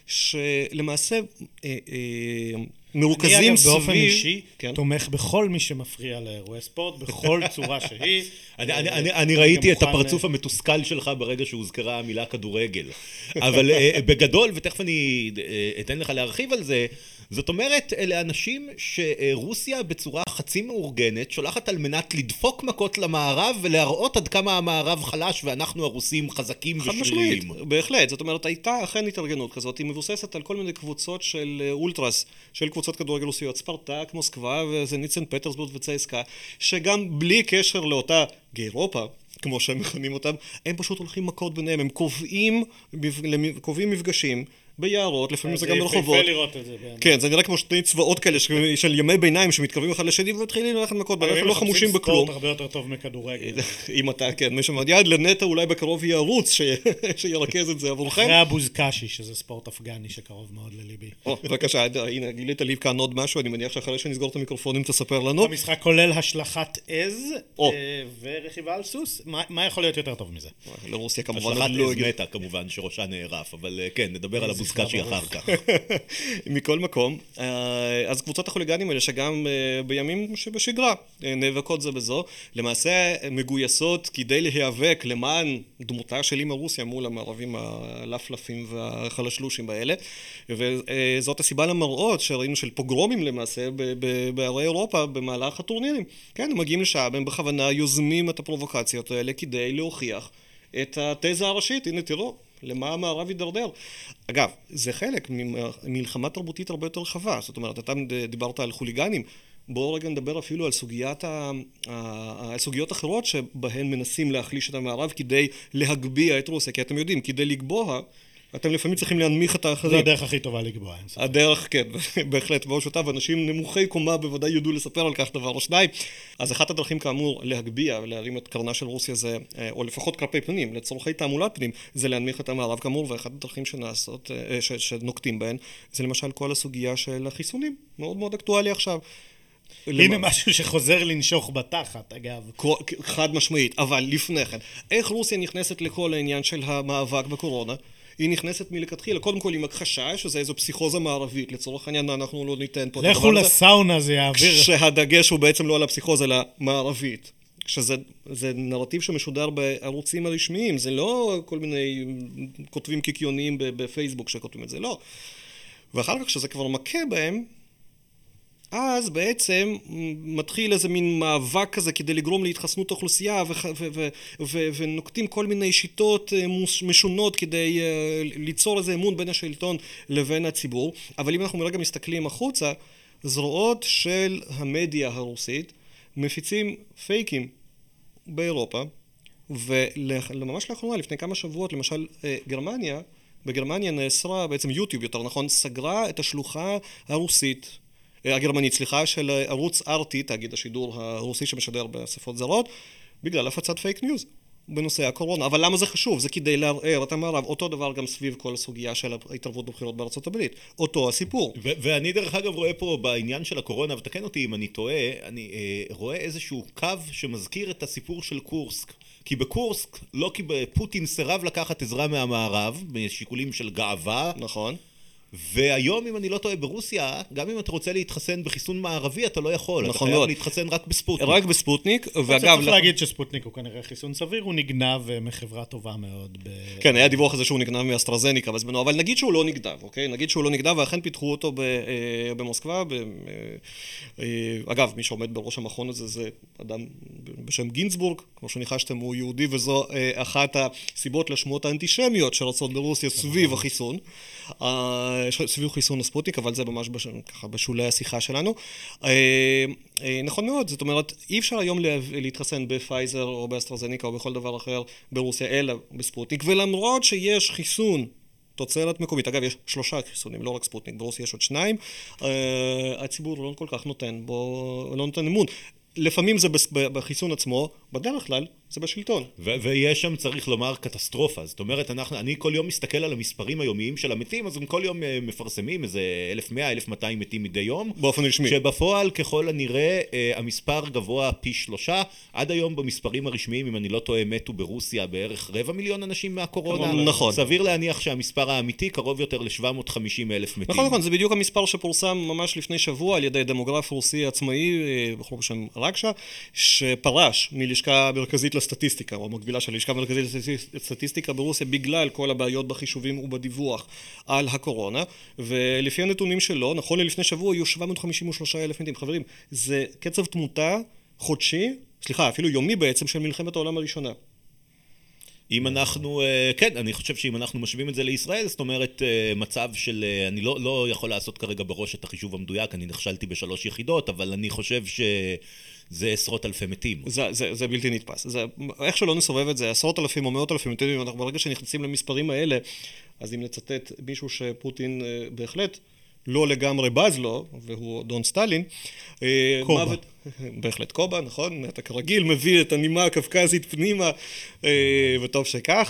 S3: שלמעשה אה, אה, מרוכזים
S2: אני אגב
S3: סביב...
S2: באופן אישי
S3: כן?
S2: תומך בכל מי שמפריע לאירועי ספורט, בכל צורה שהיא.
S1: אני, אני, אני, אני ראיתי את הפרצוף המתוסכל שלך ברגע שהוזכרה המילה כדורגל. אבל uh, בגדול, ותכף אני uh, אתן לך להרחיב על זה, זאת אומרת, אלה אנשים שרוסיה בצורה חצי מאורגנת שולחת על מנת לדפוק מכות למערב ולהראות עד כמה המערב חלש ואנחנו הרוסים חזקים ושרירים.
S3: חד משמעית, בהחלט. זאת אומרת, הייתה אכן התארגנות כזאת, היא מבוססת על כל מיני קבוצות של אולטרס, של קבוצות כדורגל רוסיות, ספרטק, מוסקבה וזנית סנט פטרסבורג וצייסקה, שגם בלי קשר לאותה גאירופה, כמו שהם מכנים אותם, הם פשוט הולכים מכות ביניהם, הם קובעים, קובעים מפגשים ביערות, לפעמים זה גם ברחובות.
S2: זה יפה לראות את זה.
S3: כן, זה נראה כמו שני צבאות כאלה של ימי ביניים שמתקרבים אחד לשני ומתחילים ללכת מכות, אנחנו לא חמושים בכלום.
S2: ספורט הרבה יותר טוב מכדורגל.
S3: אם אתה, כן, מי שמעד יד לנטע אולי בקרוב יהיה ערוץ שירכז את זה עבורכם.
S2: אחרי הבוזקשי, שזה ספורט אפגני שקרוב מאוד לליבי.
S3: או, בבקשה, הנה, גילית לי כאן עוד משהו, אני מניח שאחרי שנסגור את המיקרופונים תספר לנו.
S2: המשחק כולל השלכת עז ורכיבה על סוס. מה יכול להיות יותר טוב מזה?
S3: לרוסיה כמובן
S1: השלכת עז מתה כמובן שראשה נערף, אבל כן, נדבר על הבוזקשי אחר כך.
S3: מכל מקום, אז קבוצות החוליגנים האלה שגם בימים שבשגרה נאבקות זה בזו, למעשה מגויסות כדי להיאבק למען דמותה של אמא רוסיה מול המערבים הלפלפים והחלשלושים האלה, וזאת הסיבה למראות שראינו של פוגרומים למעשה בערי אירופה במהלך הטורנירים. כן, הם מגיעים לשם, הם בכוונה יוזמים את הפרובוקציות האלה כדי להוכיח את התזה הראשית. הנה תראו, למה המערב יידרדר. אגב, זה חלק ממלחמה תרבותית הרבה יותר רחבה. זאת אומרת, אתה דיברת על חוליגנים, בואו רגע נדבר אפילו על סוגיית ה... סוגיות אחרות שבהן מנסים להחליש את המערב כדי להגביה את רוסיה. כי אתם יודעים, כדי לגבוה, אתם לפעמים צריכים להנמיך את האחרים.
S2: זו הדרך הכי טובה לקבוע.
S3: הדרך, כן, בהחלט, באו שותף, אנשים נמוכי קומה בוודאי יודו לספר על כך דבר או שניים. אז אחת הדרכים כאמור להגביה ולהרים את קרנה של רוסיה זה, או לפחות כלפי פנים, לצורכי תעמולת פנים, זה להנמיך את המערב כאמור, ואחת הדרכים שנעשות, ש, שנוקטים בהן, זה למשל כל הסוגיה של החיסונים, מאוד מאוד אקטואלי עכשיו.
S2: הנה משהו שחוזר לנשוך בתחת, אגב.
S3: חד משמעית, אבל לפני כן, איך רוסיה נכנסת לכל העניין של המאבק בקורונה? היא נכנסת מלכתחילה, קודם כל עם הכחשה, שזה איזו פסיכוזה מערבית, לצורך העניין אנחנו לא ניתן פה את הדבר הזה.
S2: לכו לסאונה, זה יעביר.
S3: כשהדגש הוא בעצם לא על הפסיכוזה, אלא מערבית. שזה זה נרטיב שמשודר בערוצים הרשמיים, זה לא כל מיני כותבים קיקיוניים בפייסבוק שכותבים את זה, לא. ואחר כך כשזה כבר מכה בהם, אז בעצם מתחיל איזה מין מאבק כזה כדי לגרום להתחסנות האוכלוסייה ונוקטים כל מיני שיטות משונות כדי ליצור איזה אמון בין השלטון לבין הציבור. אבל אם אנחנו מרגע מסתכלים החוצה, זרועות של המדיה הרוסית מפיצים פייקים באירופה, וממש לאחרונה, לפני כמה שבועות, למשל גרמניה, בגרמניה נאסרה, בעצם יוטיוב יותר נכון, סגרה את השלוחה הרוסית הגרמנית, סליחה, של ערוץ אר טי, תאגיד השידור הרוסי שמשדר בשפות זרות, בגלל הפצת פייק ניוז בנושא הקורונה. אבל למה זה חשוב? זה כדי לערער את המערב. אותו דבר גם סביב כל הסוגיה של ההתערבות בבחירות בארצות הברית. אותו הסיפור.
S1: ו- ואני דרך אגב רואה פה בעניין של הקורונה, ותקן אותי אם אני טועה, אני אה, רואה איזשהו קו שמזכיר את הסיפור של קורסק. כי בקורסק, לא כי פוטין סירב לקחת עזרה מהמערב, משיקולים של גאווה.
S3: נכון.
S1: והיום, אם אני לא טועה, ברוסיה, גם אם אתה רוצה להתחסן בחיסון מערבי, אתה לא יכול.
S3: נכון,
S1: אתה חייב להתחסן רק בספוטניק.
S3: רק בספוטניק,
S2: ואגב... צריך להגיד שספוטניק הוא כנראה חיסון סביר, הוא נגנב מחברה טובה מאוד.
S3: כן, היה דיווח הזה שהוא נגנב מאסטרזניקה בזמנו, אבל נגיד שהוא לא נגנב, אוקיי? נגיד שהוא לא נגנב, ואכן פיתחו אותו במוסקבה. אגב, מי שעומד בראש המכון הזה זה אדם בשם גינצבורג, כמו שניחשתם, הוא יהודי, וזו אחת הסיבות לשמועות האנטישמיות שרצות ברוסיה סביב החיסון. סביב חיסון הספוטניק, אבל זה ממש בש... ככה בשולי השיחה שלנו. נכון מאוד, זאת אומרת, אי אפשר היום להתחסן בפייזר או באסטרזניקה או בכל דבר אחר ברוסיה, אלא בספוטניק, ולמרות שיש חיסון תוצרת מקומית, אגב, יש שלושה חיסונים, לא רק ספוטניק, ברוסיה יש עוד שניים, הציבור לא כל כך נותן בו, לא נותן אמון. לפעמים זה בחיסון עצמו, בדרך כלל זה בשלטון.
S1: ו- ויש שם, צריך לומר, קטסטרופה. זאת אומרת, אנחנו, אני כל יום מסתכל על המספרים היומיים של המתים, אז הם כל יום אה, מפרסמים איזה אלף מאה, אלף מאתיים מתים מדי יום.
S3: באופן רשמי.
S1: שבפועל, ככל הנראה, אה, המספר גבוה פי שלושה. עד היום במספרים הרשמיים, אם אני לא טועה, מתו ברוסיה בערך רבע מיליון אנשים מהקורונה.
S3: נכון.
S1: סביר להניח שהמספר האמיתי קרוב יותר ל-שבע מאות וחמישים אלף מתים.
S3: נכון, נכון, זה בדיוק המספר שפורסם ממש לפני שבוע על ידי דמוגרף רוסי עצמאי, בחור בשם רקשה, שפרש מלשכה מרכזית לסטטיסטיקה, או מקבילה של לשכה מרכזית לסטטיסטיקה ברוסיה, בגלל כל הבעיות בחישובים ובדיווח על הקורונה, ולפי הנתונים שלו, נכון ללפני שבוע, היו שבע מאות חמישים ושלושה אלף מתים. חברים, זה קצב תמותה חודשי, סליחה, אפילו יומי בעצם, של מלחמת העולם הראשונה.
S1: אם אנחנו, כן, אני חושב שאם אנחנו משווים את זה לישראל, זאת אומרת, מצב של, אני לא, לא יכול לעשות כרגע בראש את החישוב המדויק, אני נכשלתי בשלוש יחידות, אבל אני חושב שזה עשרות אלפי מתים.
S3: זה, זה, זה בלתי נתפס. זה, איך שלא נסובב את זה, עשרות אלפים או מאות אלפים מתים, אנחנו ברגע שנכנסים למספרים האלה, אז אם נצטט מישהו שפוטין בהחלט לא לגמרי בז לו, והוא דון סטלין.
S2: קובה.
S3: מוות, בהחלט קובה, נכון? אתה כרגיל מביא את הנימה הקווקזית פנימה, וטוב שכך.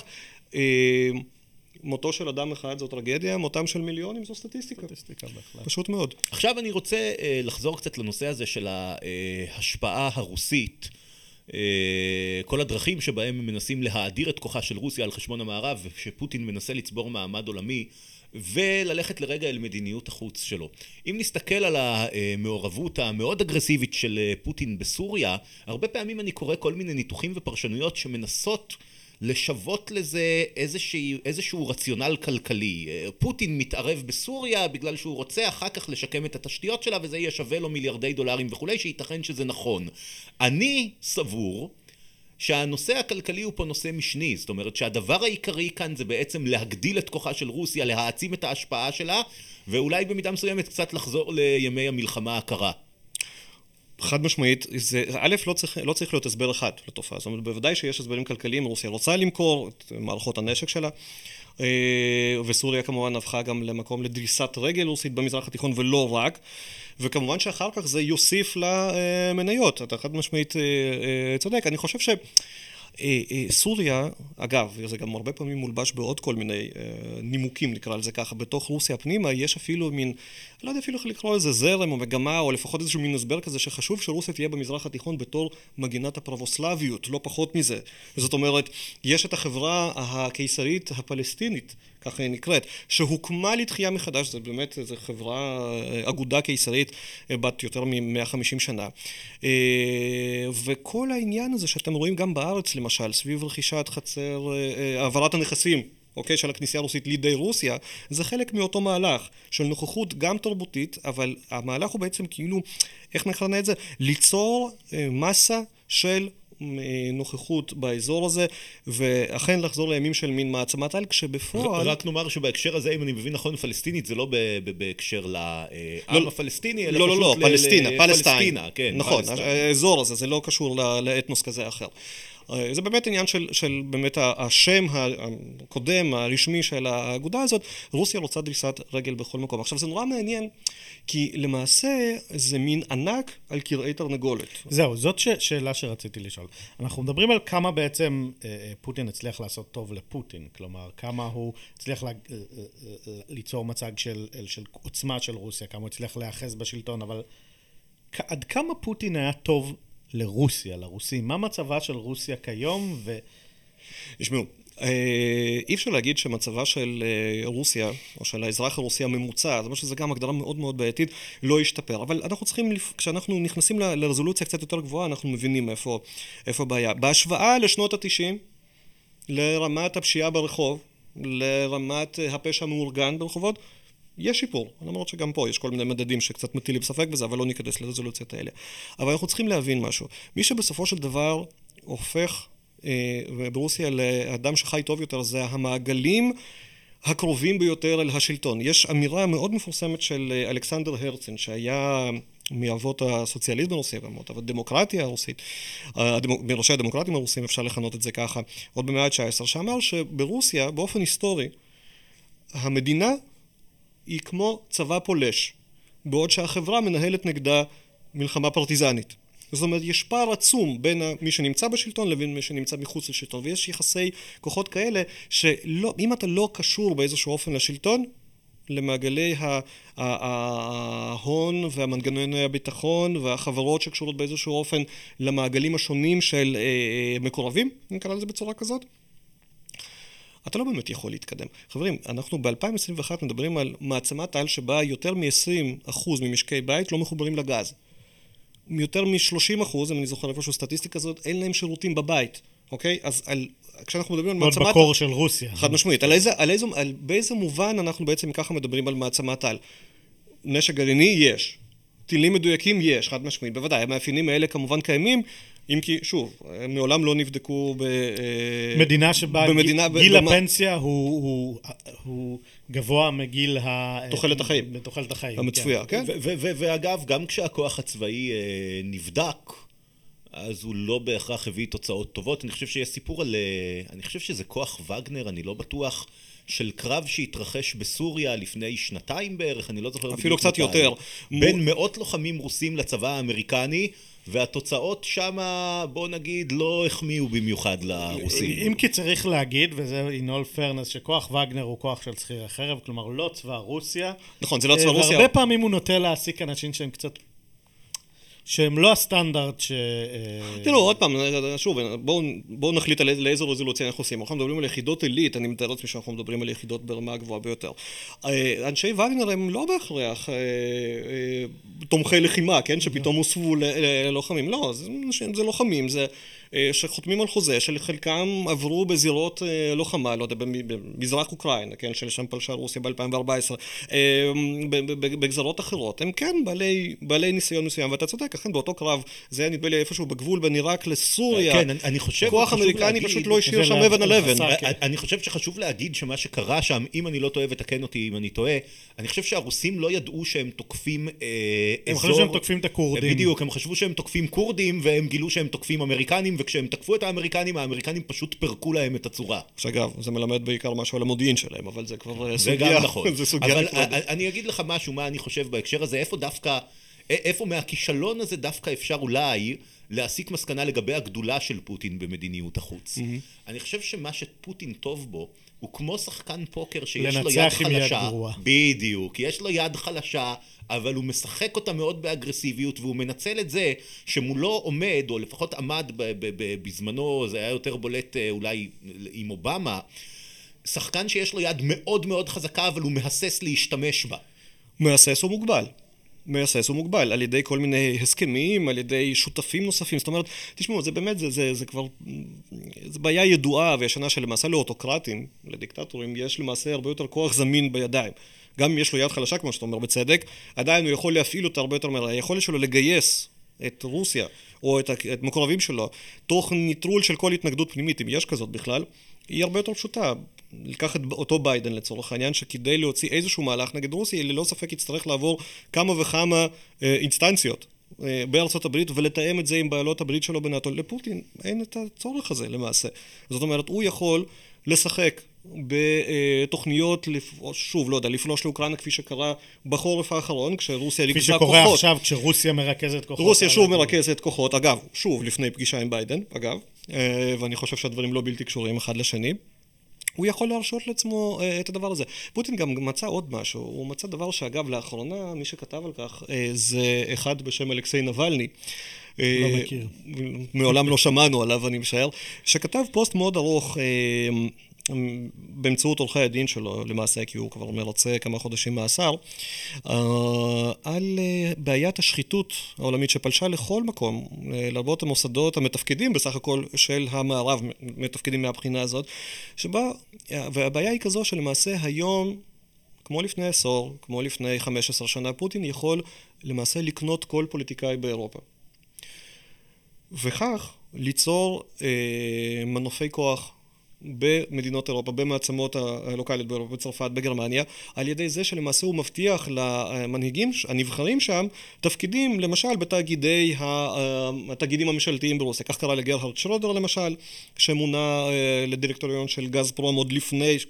S3: מותו של אדם אחד זו טרגדיה, מותם של מיליונים זו סטטיסטיקה.
S2: סטטיסטיקה בהחלט.
S3: פשוט מאוד.
S1: עכשיו אני רוצה לחזור קצת לנושא הזה של ההשפעה הרוסית, כל הדרכים שבהם מנסים להאדיר את כוחה של רוסיה על חשבון המערב, ושפוטין מנסה לצבור מעמד עולמי, וללכת לרגע אל מדיניות החוץ שלו. אם נסתכל על המעורבות המאוד אגרסיבית של פוטין בסוריה, הרבה פעמים אני קורא כל מיני ניתוחים ופרשנויות שמנסות לשוות לזה איזשהו, איזשהו רציונל כלכלי. פוטין מתערב בסוריה בגלל שהוא רוצה אחר כך לשקם את התשתיות שלה, וזה יהיה שווה לו מיליארדי דולרים וכולי, שייתכן שזה נכון. אני סבור שהנושא הכלכלי הוא פה נושא משני, זאת אומרת שהדבר העיקרי כאן זה בעצם להגדיל את כוחה של רוסיה, להעצים את ההשפעה שלה, ואולי במידה מסוימת קצת לחזור לימי המלחמה הקרה.
S3: חד משמעית, זה, א', לא צריך, לא צריך להיות הסבר אחד לתופעה, זאת אומרת, בוודאי שיש הסברים כלכליים, רוסיה רוצה למכור את מערכות הנשק שלה, וסוריה כמובן הפכה גם למקום לדריסת רגל רוסית במזרח התיכון ולא רק, וכמובן שאחר כך זה יוסיף למניות, אתה חד משמעית צודק, אני חושב ש... סוריה, אגב, זה גם הרבה פעמים מולבש בעוד כל מיני נימוקים, נקרא לזה ככה, בתוך רוסיה פנימה, יש אפילו מין, לא יודע אפילו איך לקרוא לזה זרם או מגמה, או לפחות איזשהו מין הסבר כזה, שחשוב שרוסיה תהיה במזרח התיכון בתור מגינת הפרבוסלביות, לא פחות מזה. זאת אומרת, יש את החברה הקיסרית הפלסטינית, ככה היא נקראת, שהוקמה לתחייה מחדש, זה באמת, זו חברה, אגודה קיסרית בת יותר מ-מאה וחמישים שנה. וכל העניין הזה שאתם רואים גם בארץ, למשל, סביב רכישת חצר, העברת הנכסים, אוקיי, של הכנסייה הרוסית לידי רוסיה, זה חלק מאותו מהלך של נוכחות גם תרבותית, אבל המהלך הוא בעצם כאילו, איך נכנה את זה? ליצור מסה של נוכחות באזור הזה, ואכן לחזור לימים של מין מעצמת על, כשבפועל...
S1: רק נאמר שבהקשר הזה, אם אני מבין נכון, פלסטינית, זה לא בהקשר לעם הפלסטיני, אלא
S3: לא, לא, לא, פלסטינה, פלסטיין. נכון, האזור הזה, זה לא קשור לאתנוס כזה או אחר. זה באמת עניין של, של באמת השם הקודם, הרשמי של האגודה הזאת, רוסיה רוצה דריסת רגל בכל מקום. עכשיו זה נורא מעניין, כי למעשה זה מין ענק על קרעי תרנגולת.
S2: זהו, זאת ש- שאלה שרציתי לשאול. אנחנו מדברים על כמה בעצם אה, פוטין הצליח לעשות טוב לפוטין, כלומר, כמה הוא הצליח לה, אה, אה, ליצור מצג של, של עוצמה של רוסיה, כמה הוא הצליח להיאחז בשלטון, אבל עד כמה פוטין היה טוב לרוסיה, לרוסים? מה מצבה של רוסיה כיום? ו...
S3: ישמעו, אי אפשר להגיד שמצבה של רוסיה, או של האזרח הרוסי הממוצע, זאת אומרת שזה גם הגדרה מאוד מאוד בעייתית, לא ישתפר. אבל אנחנו צריכים, כשאנחנו נכנסים לרזולוציה קצת יותר גבוהה, אנחנו מבינים איפה, איפה הבעיה. בהשוואה לשנות ה-תשעים, לרמת הפשיעה ברחוב, לרמת הפשע המאורגן ברחובות, יש שיפור, למרות שגם פה יש כל מיני מדדים שקצת מטילים ספק בזה, אבל לא ניכנס לרזולוציות האלה. אבל אנחנו צריכים להבין משהו. מי שבסופו של דבר הופך אה, ברוסיה לאדם שחי טוב יותר, זה המעגלים הקרובים ביותר אל השלטון. יש אמירה מאוד מפורסמת של אלכסנדר הרצן, שהיה מאבות הסוציאליזם הרוסי, מאבות הדמוקרטיה הרוסית, מראשי הדמוקרטים הרוסים, אפשר לכנות את זה ככה, עוד במאה ה-תשע עשרה, שאמר שברוסיה, באופן היסטורי, המדינה היא כמו צבא פולש, בעוד שהחברה מנהלת נגדה מלחמה פרטיזנית. זאת אומרת, יש פער עצום בין מי שנמצא בשלטון לבין מי שנמצא מחוץ לשלטון, ויש יחסי כוחות כאלה שלא, אם אתה לא קשור באיזשהו אופן לשלטון, למעגלי ההון והמנגנוני הביטחון והחברות שקשורות באיזשהו אופן למעגלים השונים של מקורבים, נקרא לזה בצורה כזאת, אתה לא באמת יכול להתקדם. חברים, אנחנו ב-אלפיים עשרים ואחת מדברים על מעצמת על שבה יותר מ-עשרים אחוז ממשקי בית לא מחוברים לגז. יותר מ-שלושים אחוז, אם אני זוכר איפשהו סטטיסטיקה הזאת, אין להם שירותים בבית, אוקיי? אז על, כשאנחנו מדברים על מעצמת...
S2: עוד בקור של רוסיה.
S3: חד משמעית. על איזה, על איזה, על באיזה מובן אנחנו בעצם ככה מדברים על מעצמת על? נשק גרעיני יש. טילים מדויקים יש, חד משמעית. בוודאי, המאפיינים האלה כמובן קיימים, אם כי, שוב, מעולם לא נבדקו ב...
S2: מדינה שבה
S3: במדינה,
S2: גיל
S3: במה...
S2: הפנסיה הוא, הוא, הוא גבוה מגיל ה...
S3: תוחלת החיים.
S2: בתוחלת החיים.
S3: המצפויה, כן?
S1: ואגב, גם כשהכוח הצבאי נבדק, אז הוא לא בהכרח הביא תוצאות טובות. אני חושב שיש סיפור על... אני חושב שזה כוח וגנר, אני לא בטוח, של קרב שהתרחש בסוריה לפני שנתיים בערך, אני לא זוכר...
S3: אפילו קצת יותר.
S1: בין מאות לוחמים רוסים לצבא האמריקני, והתוצאות שמה, בוא נגיד, לא החמיאו במיוחד לרוסים.
S2: אם כי צריך להגיד, וזה in all fairness, שכוח וגנר הוא כוח של שכיר החרב, כלומר לא צבא רוסיה.
S3: נכון, זה לא צבא רוסיה.
S2: והרבה פעמים הוא נוטה להעסיק אנשים שהם קצת... שהם לא הסטנדרט ש...
S3: תראו, עוד פעם, שוב, בואו, בואו נחליט על לאיזו רזולוציה אנחנו עושים. אנחנו מדברים על יחידות עילית, אני מתאר לעצמי שאנחנו מדברים על יחידות ברמה הגבוהה ביותר. אנשי וגנר הם לא בהכרח תומכי לחימה, כן? שפתאום הוספו ללוחמים. לא, זה, זה לוחמים, זה... שחותמים על חוזה, שלחלקם עברו בזירות לוחמה, לא יודע, במזרח אוקראינה, כן, שלשם פלשה רוסיה ב-אלפיים וארבע עשרה, בגזרות אחרות, הם כן בעלי, בעלי ניסיון מסוים, ואתה צודק, אכן באותו קרב, זה היה נדמה לי איפשהו בגבול בין עיראק לסוריה,
S1: כן, אני חושב,
S3: כוח אמריקני פשוט לא השאיר שם אבן על אבן.
S1: אני חושב שחשוב להגיד שמה שקרה שם, אם אני לא טועה ותקן אותי אם אני טועה, אני חושב שהרוסים לא ידעו שהם תוקפים
S2: הם חשבו שהם תוקפים את הקורדים.
S1: בדיוק, הם חשבו שהם תוקפים קורדים, והם גילו שהם תוקפים אמריקנים, וכשהם תקפו את האמריקנים, האמריקנים פשוט פרקו להם את הצורה.
S3: שאגב, זה מלמד בעיקר משהו על המודיעין שלהם, אבל זה כבר
S1: זה
S3: סוגיה.
S1: גם נכון.
S3: זה סוגיה
S1: אבל
S3: נפרדת.
S1: אני אגיד לך משהו, מה אני חושב בהקשר הזה, איפה דווקא, איפה מהכישלון הזה דווקא אפשר אולי להסיק מסקנה לגבי הגדולה של פוטין במדיניות החוץ. אני חושב שמה שפוטין טוב בו, הוא כמו שחקן פוקר שיש לו יד חלשה. בדיוק, יש לו יד חלשה, אבל הוא משחק אותה מאוד באגרסיביות, והוא מנצל את זה שמולו עומד, או לפחות עמד בזמנו, זה היה יותר בולט אולי עם אובמה, שחקן שיש לו יד מאוד מאוד חזקה, אבל הוא מהסס להשתמש בה.
S3: מהסס הוא מוגבל. מהסס הוא מוגבל, על ידי כל מיני הסכמים, על ידי שותפים נוספים. זאת אומרת, תשמעו, זה באמת, זה, זה, זה כבר, זה בעיה ידועה וישנה שלמעשה לאוטוקרטים, לדיקטטורים, יש למעשה הרבה יותר כוח זמין בידיים. גם אם יש לו יד חלשה, כמו שאתה אומר, בצדק, עדיין הוא יכול להפעיל אותה הרבה יותר מהר. היכולת שלו לגייס את רוסיה, או את, את מקורבים שלו, תוך ניטרול של כל התנגדות פנימית, אם יש כזאת בכלל, היא הרבה יותר פשוטה. לקחת אותו ביידן לצורך העניין, שכדי להוציא איזשהו מהלך נגד רוסיה, ללא ספק יצטרך לעבור כמה וכמה אה, אינסטנציות אה, בארצות הברית, ולתאם את זה עם בעלות הברית שלו בנאטו. לפוטין אין את הצורך הזה למעשה. זאת אומרת, הוא יכול לשחק בתוכניות, שוב, לא יודע, לפלוש לאוקראינה כפי שקרה בחורף האחרון, כשרוסיה ריכזה כוחות.
S2: כפי שקורה עכשיו, כשרוסיה מרכזת כוחות.
S3: רוסיה שוב מרכזת כוחות, אגב, שוב, לפני פגישה עם ביידן, אגב, ואני חושב שהדברים לא בלתי קשורים אחד לשני. הוא יכול להרשות לעצמו את הדבר הזה. פוטין גם מצא עוד משהו, הוא מצא דבר שאגב לאחרונה, מי שכתב על כך, זה אחד בשם אלכסיי נבלני.
S2: לא מכיר.
S3: מעולם לא שמענו עליו, אני משער, שכתב פוסט מאוד ארוך באמצעות עורכי הדין שלו, למעשה, כי הוא כבר מרצה כמה חודשים מאסר, על בעיית השחיתות העולמית שפלשה לכל מקום, לרבות המוסדות המתפקדים בסך הכל של המערב, מתפקדים מהבחינה הזאת, שבה, והבעיה היא כזו שלמעשה היום, כמו לפני עשור, כמו לפני חמש עשרה שנה, פוטין יכול למעשה לקנות כל פוליטיקאי באירופה. וכך ליצור אה, מנופי כוח במדינות אירופה, במעצמות הלוקליות באירופה, בצרפת, בגרמניה, על ידי זה שלמעשה הוא מבטיח למנהיגים הנבחרים שם תפקידים, למשל בתאגידי התאגידים הממשלתיים ברוסיה. כך קרה לגרהרד שרודר למשל, שמונה לדירקטוריון של גז פרום עוד לפני, כאילו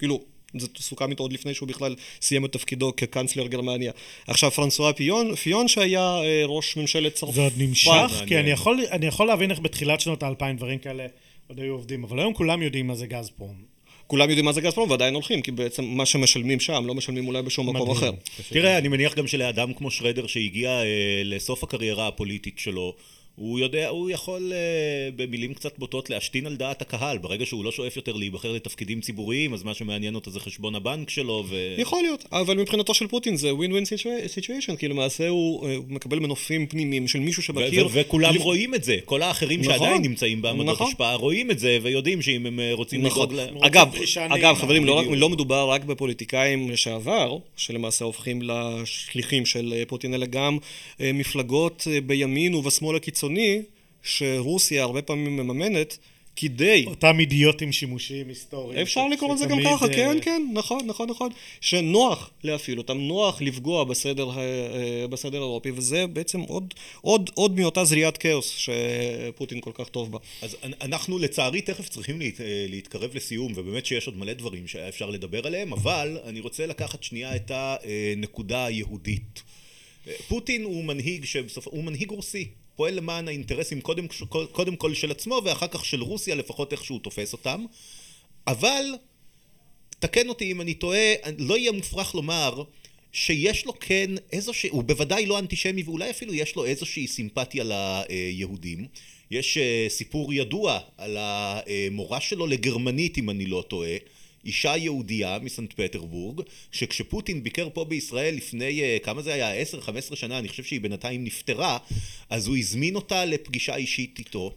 S3: זה סוכם איתו עוד לפני שהוא בכלל סיים את תפקידו כקנצלר גרמניה. עכשיו פרנסואה פיון, פיון שהיה ראש ממשלת צרפת.
S2: זה עוד נמשך, כי אני יכול, אני יכול להבין איך בתחילת שנות האלפיים דברים כאלה עוד היו עובדים, אבל היום כולם יודעים מה זה גזפרום.
S3: כולם יודעים מה זה גזפרום ועדיין הולכים, כי בעצם מה שמשלמים שם לא משלמים אולי בשום מקום אחר.
S1: תראה, אני מניח גם שלאדם כמו שרדר שהגיע אה, לסוף הקריירה הפוליטית שלו, הוא יודע, הוא יכול uh, במילים קצת בוטות להשתין על דעת הקהל. ברגע שהוא לא שואף יותר להיבחר לתפקידים ציבוריים, אז מה שמעניין אותו זה חשבון הבנק שלו ו...
S3: יכול להיות, אבל מבחינתו של פוטין זה ווין ווין סיטואשן, כי למעשה הוא, הוא מקבל מנופים פנימיים של מישהו שבקיר...
S1: ו- ו- וכולם לפ... רואים את זה. כל האחרים נכון, שעדיין נמצאים בעמדות נכון. השפעה רואים את זה ויודעים שאם הם רוצים
S3: נכון.
S1: לדאוג... ל...
S3: אגב, אגב חברים, לא, לא מדובר רק בפוליטיקאים לשעבר, שלמעשה הופכים לשליחים של פוטין, אלא גם מפלגות בימין ובשמאל הקיצוני, שרוסיה הרבה פעמים מממנת כדי...
S2: אותם אידיוטים שימושיים היסטוריים.
S3: אפשר לקרוא את זה גם ככה, כן, כן, נכון, נכון, נכון. שנוח להפעיל אותם, נוח לפגוע בסדר, בסדר האירופי, וזה בעצם עוד, עוד, עוד מאותה זריעת כאוס שפוטין כל כך טוב בה.
S1: אז אנחנו לצערי תכף צריכים להת, להתקרב לסיום, ובאמת שיש עוד מלא דברים שאפשר לדבר עליהם, אבל אני רוצה לקחת שנייה את הנקודה היהודית. פוטין הוא מנהיג שבסוף, הוא מנהיג רוסי. פועל למען האינטרסים קודם, קודם כל של עצמו ואחר כך של רוסיה, לפחות איך שהוא תופס אותם. אבל, תקן אותי אם אני טועה, לא יהיה מופרך לומר שיש לו כן איזושהי, הוא בוודאי לא אנטישמי ואולי אפילו יש לו איזושהי סימפתיה ליהודים. יש סיפור ידוע על המורה שלו לגרמנית אם אני לא טועה. אישה יהודייה מסנט פטרבורג, שכשפוטין ביקר פה בישראל לפני, כמה זה היה, עשר חמש עשרה שנה, אני חושב שהיא בינתיים נפטרה, אז הוא הזמין אותה לפגישה אישית איתו,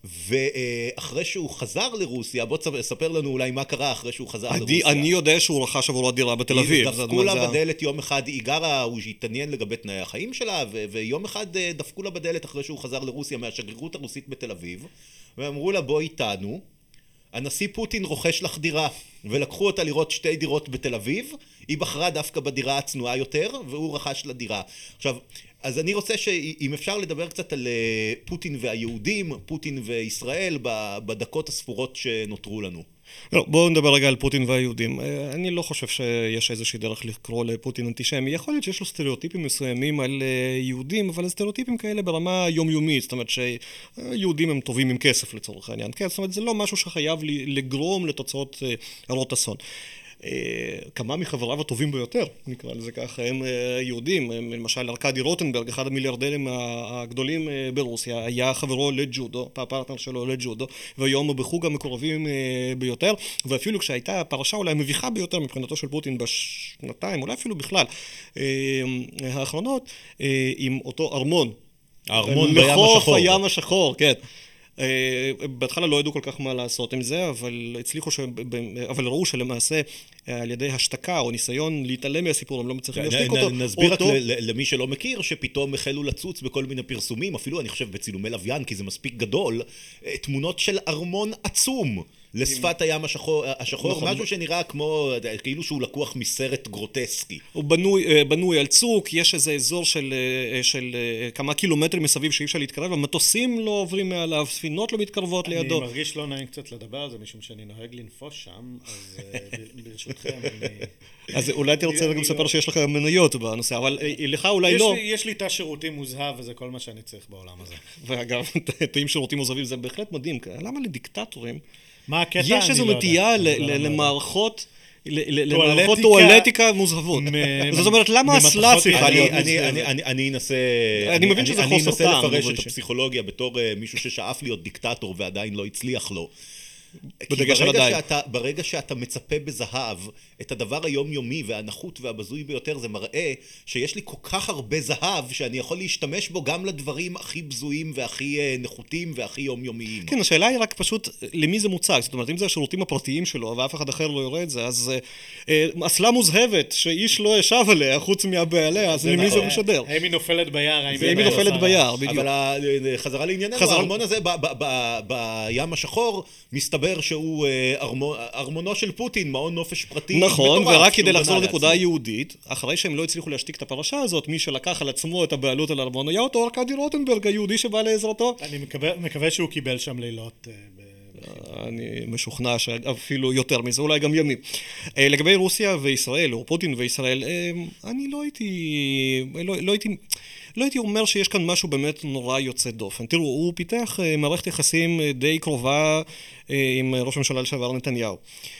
S1: ואחרי שהוא חזר לרוסיה, בוא תספר לנו אולי מה קרה אחרי שהוא חזר
S3: אני,
S1: לרוסיה.
S3: אני יודע שהוא רכש עבורה דירה בתל אביב.
S1: דפקו לה בדלת יום אחד, היא גרה, הוא התעניין לגבי תנאי החיים שלה, ו- ויום אחד דפקו לה בדלת אחרי שהוא חזר לרוסיה מהשגרירות הרוסית בתל אביב, ואמרו לה בוא איתנו, הנשיא פוטין רוכש לך דירה, ולקחו אותה לראות שתי דירות בתל אביב, היא בחרה דווקא בדירה הצנועה יותר, והוא רכש לה דירה. עכשיו, אז אני רוצה שאם אפשר לדבר קצת על פוטין והיהודים, פוטין וישראל, בדקות הספורות שנותרו לנו.
S3: לא, בואו נדבר רגע על פוטין והיהודים. אני לא חושב שיש איזושהי דרך לקרוא לפוטין אנטישמי. יכול להיות שיש לו סטריאוטיפים מסוימים על יהודים, אבל סטריאוטיפים כאלה ברמה יומיומית. זאת אומרת שיהודים הם טובים עם כסף לצורך העניין. כן, זאת אומרת, זה לא משהו שחייב לגרום לתוצאות הרות אסון. כמה מחבריו הטובים ביותר, נקרא לזה ככה, הם יהודים. למשל, ארקדי רוטנברג, אחד המיליארדרים הגדולים ברוסיה, היה חברו לג'ודו, הפרטנר שלו לג'ודו, והיום הוא בחוג המקורבים ביותר, ואפילו כשהייתה פרשה אולי מביכה ביותר מבחינתו של פוטין בשנתיים, אולי אפילו בכלל, האחרונות, עם אותו ארמון.
S1: הארמון בים השחור.
S3: לחוף הים השחור, כן. בהתחלה לא ידעו כל כך מה לעשות עם זה, אבל הצליחו, ש... אבל ראו שלמעשה על ידי השתקה או ניסיון להתעלם מהסיפור, הם לא מצליחים להשתיק אותו.
S1: נסביר רק למי שלא מכיר, שפתאום החלו לצוץ בכל מיני פרסומים, אפילו אני חושב בצילומי לוויין, כי זה מספיק גדול, תמונות של ארמון עצום לשפת הים השחור, השחור, משהו שנראה כמו, כאילו שהוא לקוח מסרט גרוטסקי.
S3: הוא בנוי, בנוי על צוק, יש איזה אזור של, של כמה קילומטרים מסביב שאי אפשר להתקרב, המטוסים לא עוברים מעליו, ספינות לא מתקרבות לידו.
S2: אני מרגיש לא נעים קצת לדבר על זה, משום שאני נוהג לנפוש שם, אז ברשותכם אני...
S3: אז אולי תרצה גם לספר שיש לך מניות בנושא, אבל לך אולי לא.
S2: יש לי תא שירותים מוזהב, וזה כל מה שאני צריך בעולם הזה.
S3: ואגב, תאים שירותים מוזהבים זה בהחלט מדהים, למה לדיקטטורים?
S2: מה הקטע?
S3: יש איזו נטייה למערכות, למערכות טואלטיקה מוזהבות. זאת אומרת, למה אסלה צריכה להיות מוזהבת?
S1: אני אנסה...
S3: אני מבין שזה חוסר טעם.
S1: אני אנסה לפרש את הפסיכולוגיה בתור מישהו ששאף להיות דיקטטור ועדיין לא הצליח לו.
S3: בדגש על עדיין.
S1: ברגע שאתה מצפה בזהב את הדבר היומיומי והנחות והבזוי ביותר, זה מראה שיש לי כל כך הרבה זהב שאני יכול להשתמש בו גם לדברים הכי בזויים והכי נחותים והכי יומיומיים.
S3: כן, השאלה היא רק פשוט למי זה מוצג. זאת אומרת, אם זה השירותים הפרטיים שלו ואף אחד אחר לא יורה את זה, אז אסלה מוזהבת שאיש לא ישב עליה חוץ מהבעליה, אז למי זה משדר?
S2: האם היא נופלת ביער?
S3: האם היא נופלת ביער, בדיוק.
S1: אבל חזרה לענייננו, הארמון הזה בים השחור מסתבר שהוא ארמונו של פוטין, מעון נופש פרטי.
S3: נכון, ורק כדי לחזור לנקודה היהודית, אחרי שהם לא הצליחו להשתיק את הפרשה הזאת, מי שלקח על עצמו את הבעלות על הארמון היה אותו ארקדי רוטנברג, היהודי שבא לעזרתו.
S2: אני מקווה שהוא קיבל שם לילות
S3: אני משוכנע שאפילו יותר מזה, אולי גם ימים. לגבי רוסיה וישראל, או פוטין וישראל, אני לא הייתי, לא, לא הייתי, לא הייתי אומר שיש כאן משהו באמת נורא יוצא דופן. תראו, הוא פיתח מערכת יחסים די קרובה עם ראש הממשלה לשעבר נתניהו.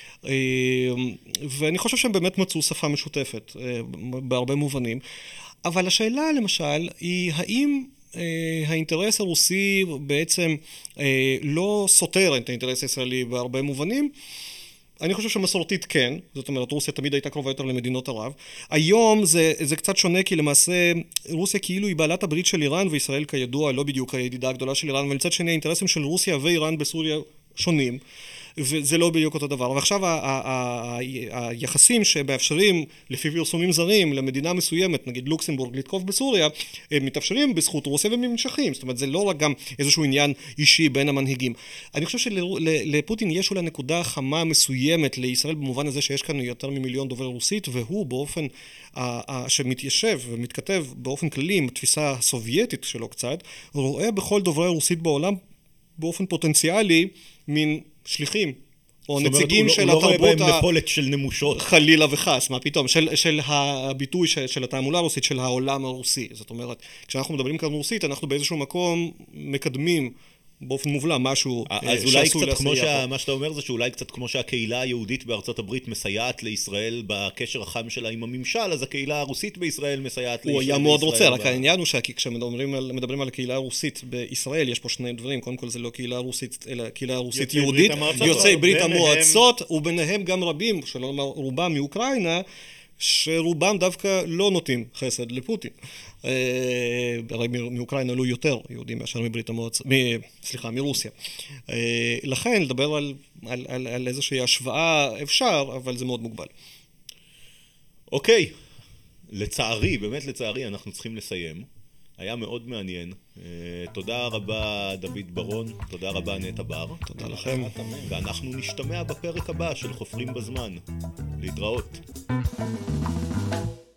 S3: ואני חושב שהם באמת מצאו שפה משותפת בהרבה מובנים. אבל השאלה למשל היא האם האינטרס הרוסי בעצם לא סותר את האינטרס הישראלי בהרבה מובנים. אני חושב שמסורתית כן, זאת אומרת רוסיה תמיד הייתה קרובה יותר למדינות ערב. היום זה, זה קצת שונה כי למעשה רוסיה כאילו היא בעלת הברית של איראן וישראל כידוע לא בדיוק הידידה הגדולה של איראן, ומצד שני האינטרסים של רוסיה ואיראן בסוריה שונים. וזה לא בדיוק אותו דבר. ועכשיו היחסים שמאפשרים לפי פרסומים זרים למדינה מסוימת, נגיד לוקסמבורג, לתקוף בסוריה, הם מתאפשרים בזכות רוסיה וממשכים. זאת אומרת, זה לא רק גם איזשהו עניין אישי בין המנהיגים. אני חושב שלפוטין יש אולי נקודה חמה מסוימת לישראל במובן הזה שיש כאן יותר ממיליון דובר רוסית, והוא באופן שמתיישב ומתכתב באופן כללי עם התפיסה הסובייטית שלו קצת, רואה בכל דוברי הרוסית בעולם באופן פוטנציאלי מין שליחים, או נציגים של התרבות...
S1: הוא לא רואה בהם נפולת של נמושות.
S3: חלילה וחס, מה פתאום? של, של הביטוי של, של התעמולה הרוסית, של העולם הרוסי. זאת אומרת, כשאנחנו מדברים כאן רוסית, אנחנו באיזשהו מקום מקדמים באופן מובלע משהו שעשוי להסייע.
S1: אז אולי קצת כמו שה... מה שאתה אומר זה שאולי קצת כמו שהקהילה היהודית בארצות הברית מסייעת לישראל בקשר החם שלה עם הממשל, אז הקהילה הרוסית בישראל מסייעת לישראל.
S3: הוא היה מאוד רוצה, רק העניין הוא שכשמדברים על, מדברים על הקהילה הרוסית בישראל, יש פה שני דברים, קודם כל זה לא קהילה רוסית, אלא קהילה רוסית יהודית, יוצאי ברית המועצות, וביניהם גם רבים, שלא לומר רובם מאוקראינה, שרובם דווקא לא נוטים חסד לפוטין. הרי מאוקראינה עלו יותר יהודים מאשר מברית המועצות, סליחה, מרוסיה. לכן לדבר על, על, על, על איזושהי השוואה אפשר, אבל זה מאוד מוגבל.
S1: אוקיי, לצערי, באמת לצערי, אנחנו צריכים לסיים. היה מאוד מעניין. תודה רבה דוד ברון, תודה רבה נטע בר.
S3: תודה לכם.
S1: ואנחנו נשתמע בפרק הבא של חופרים בזמן. להתראות.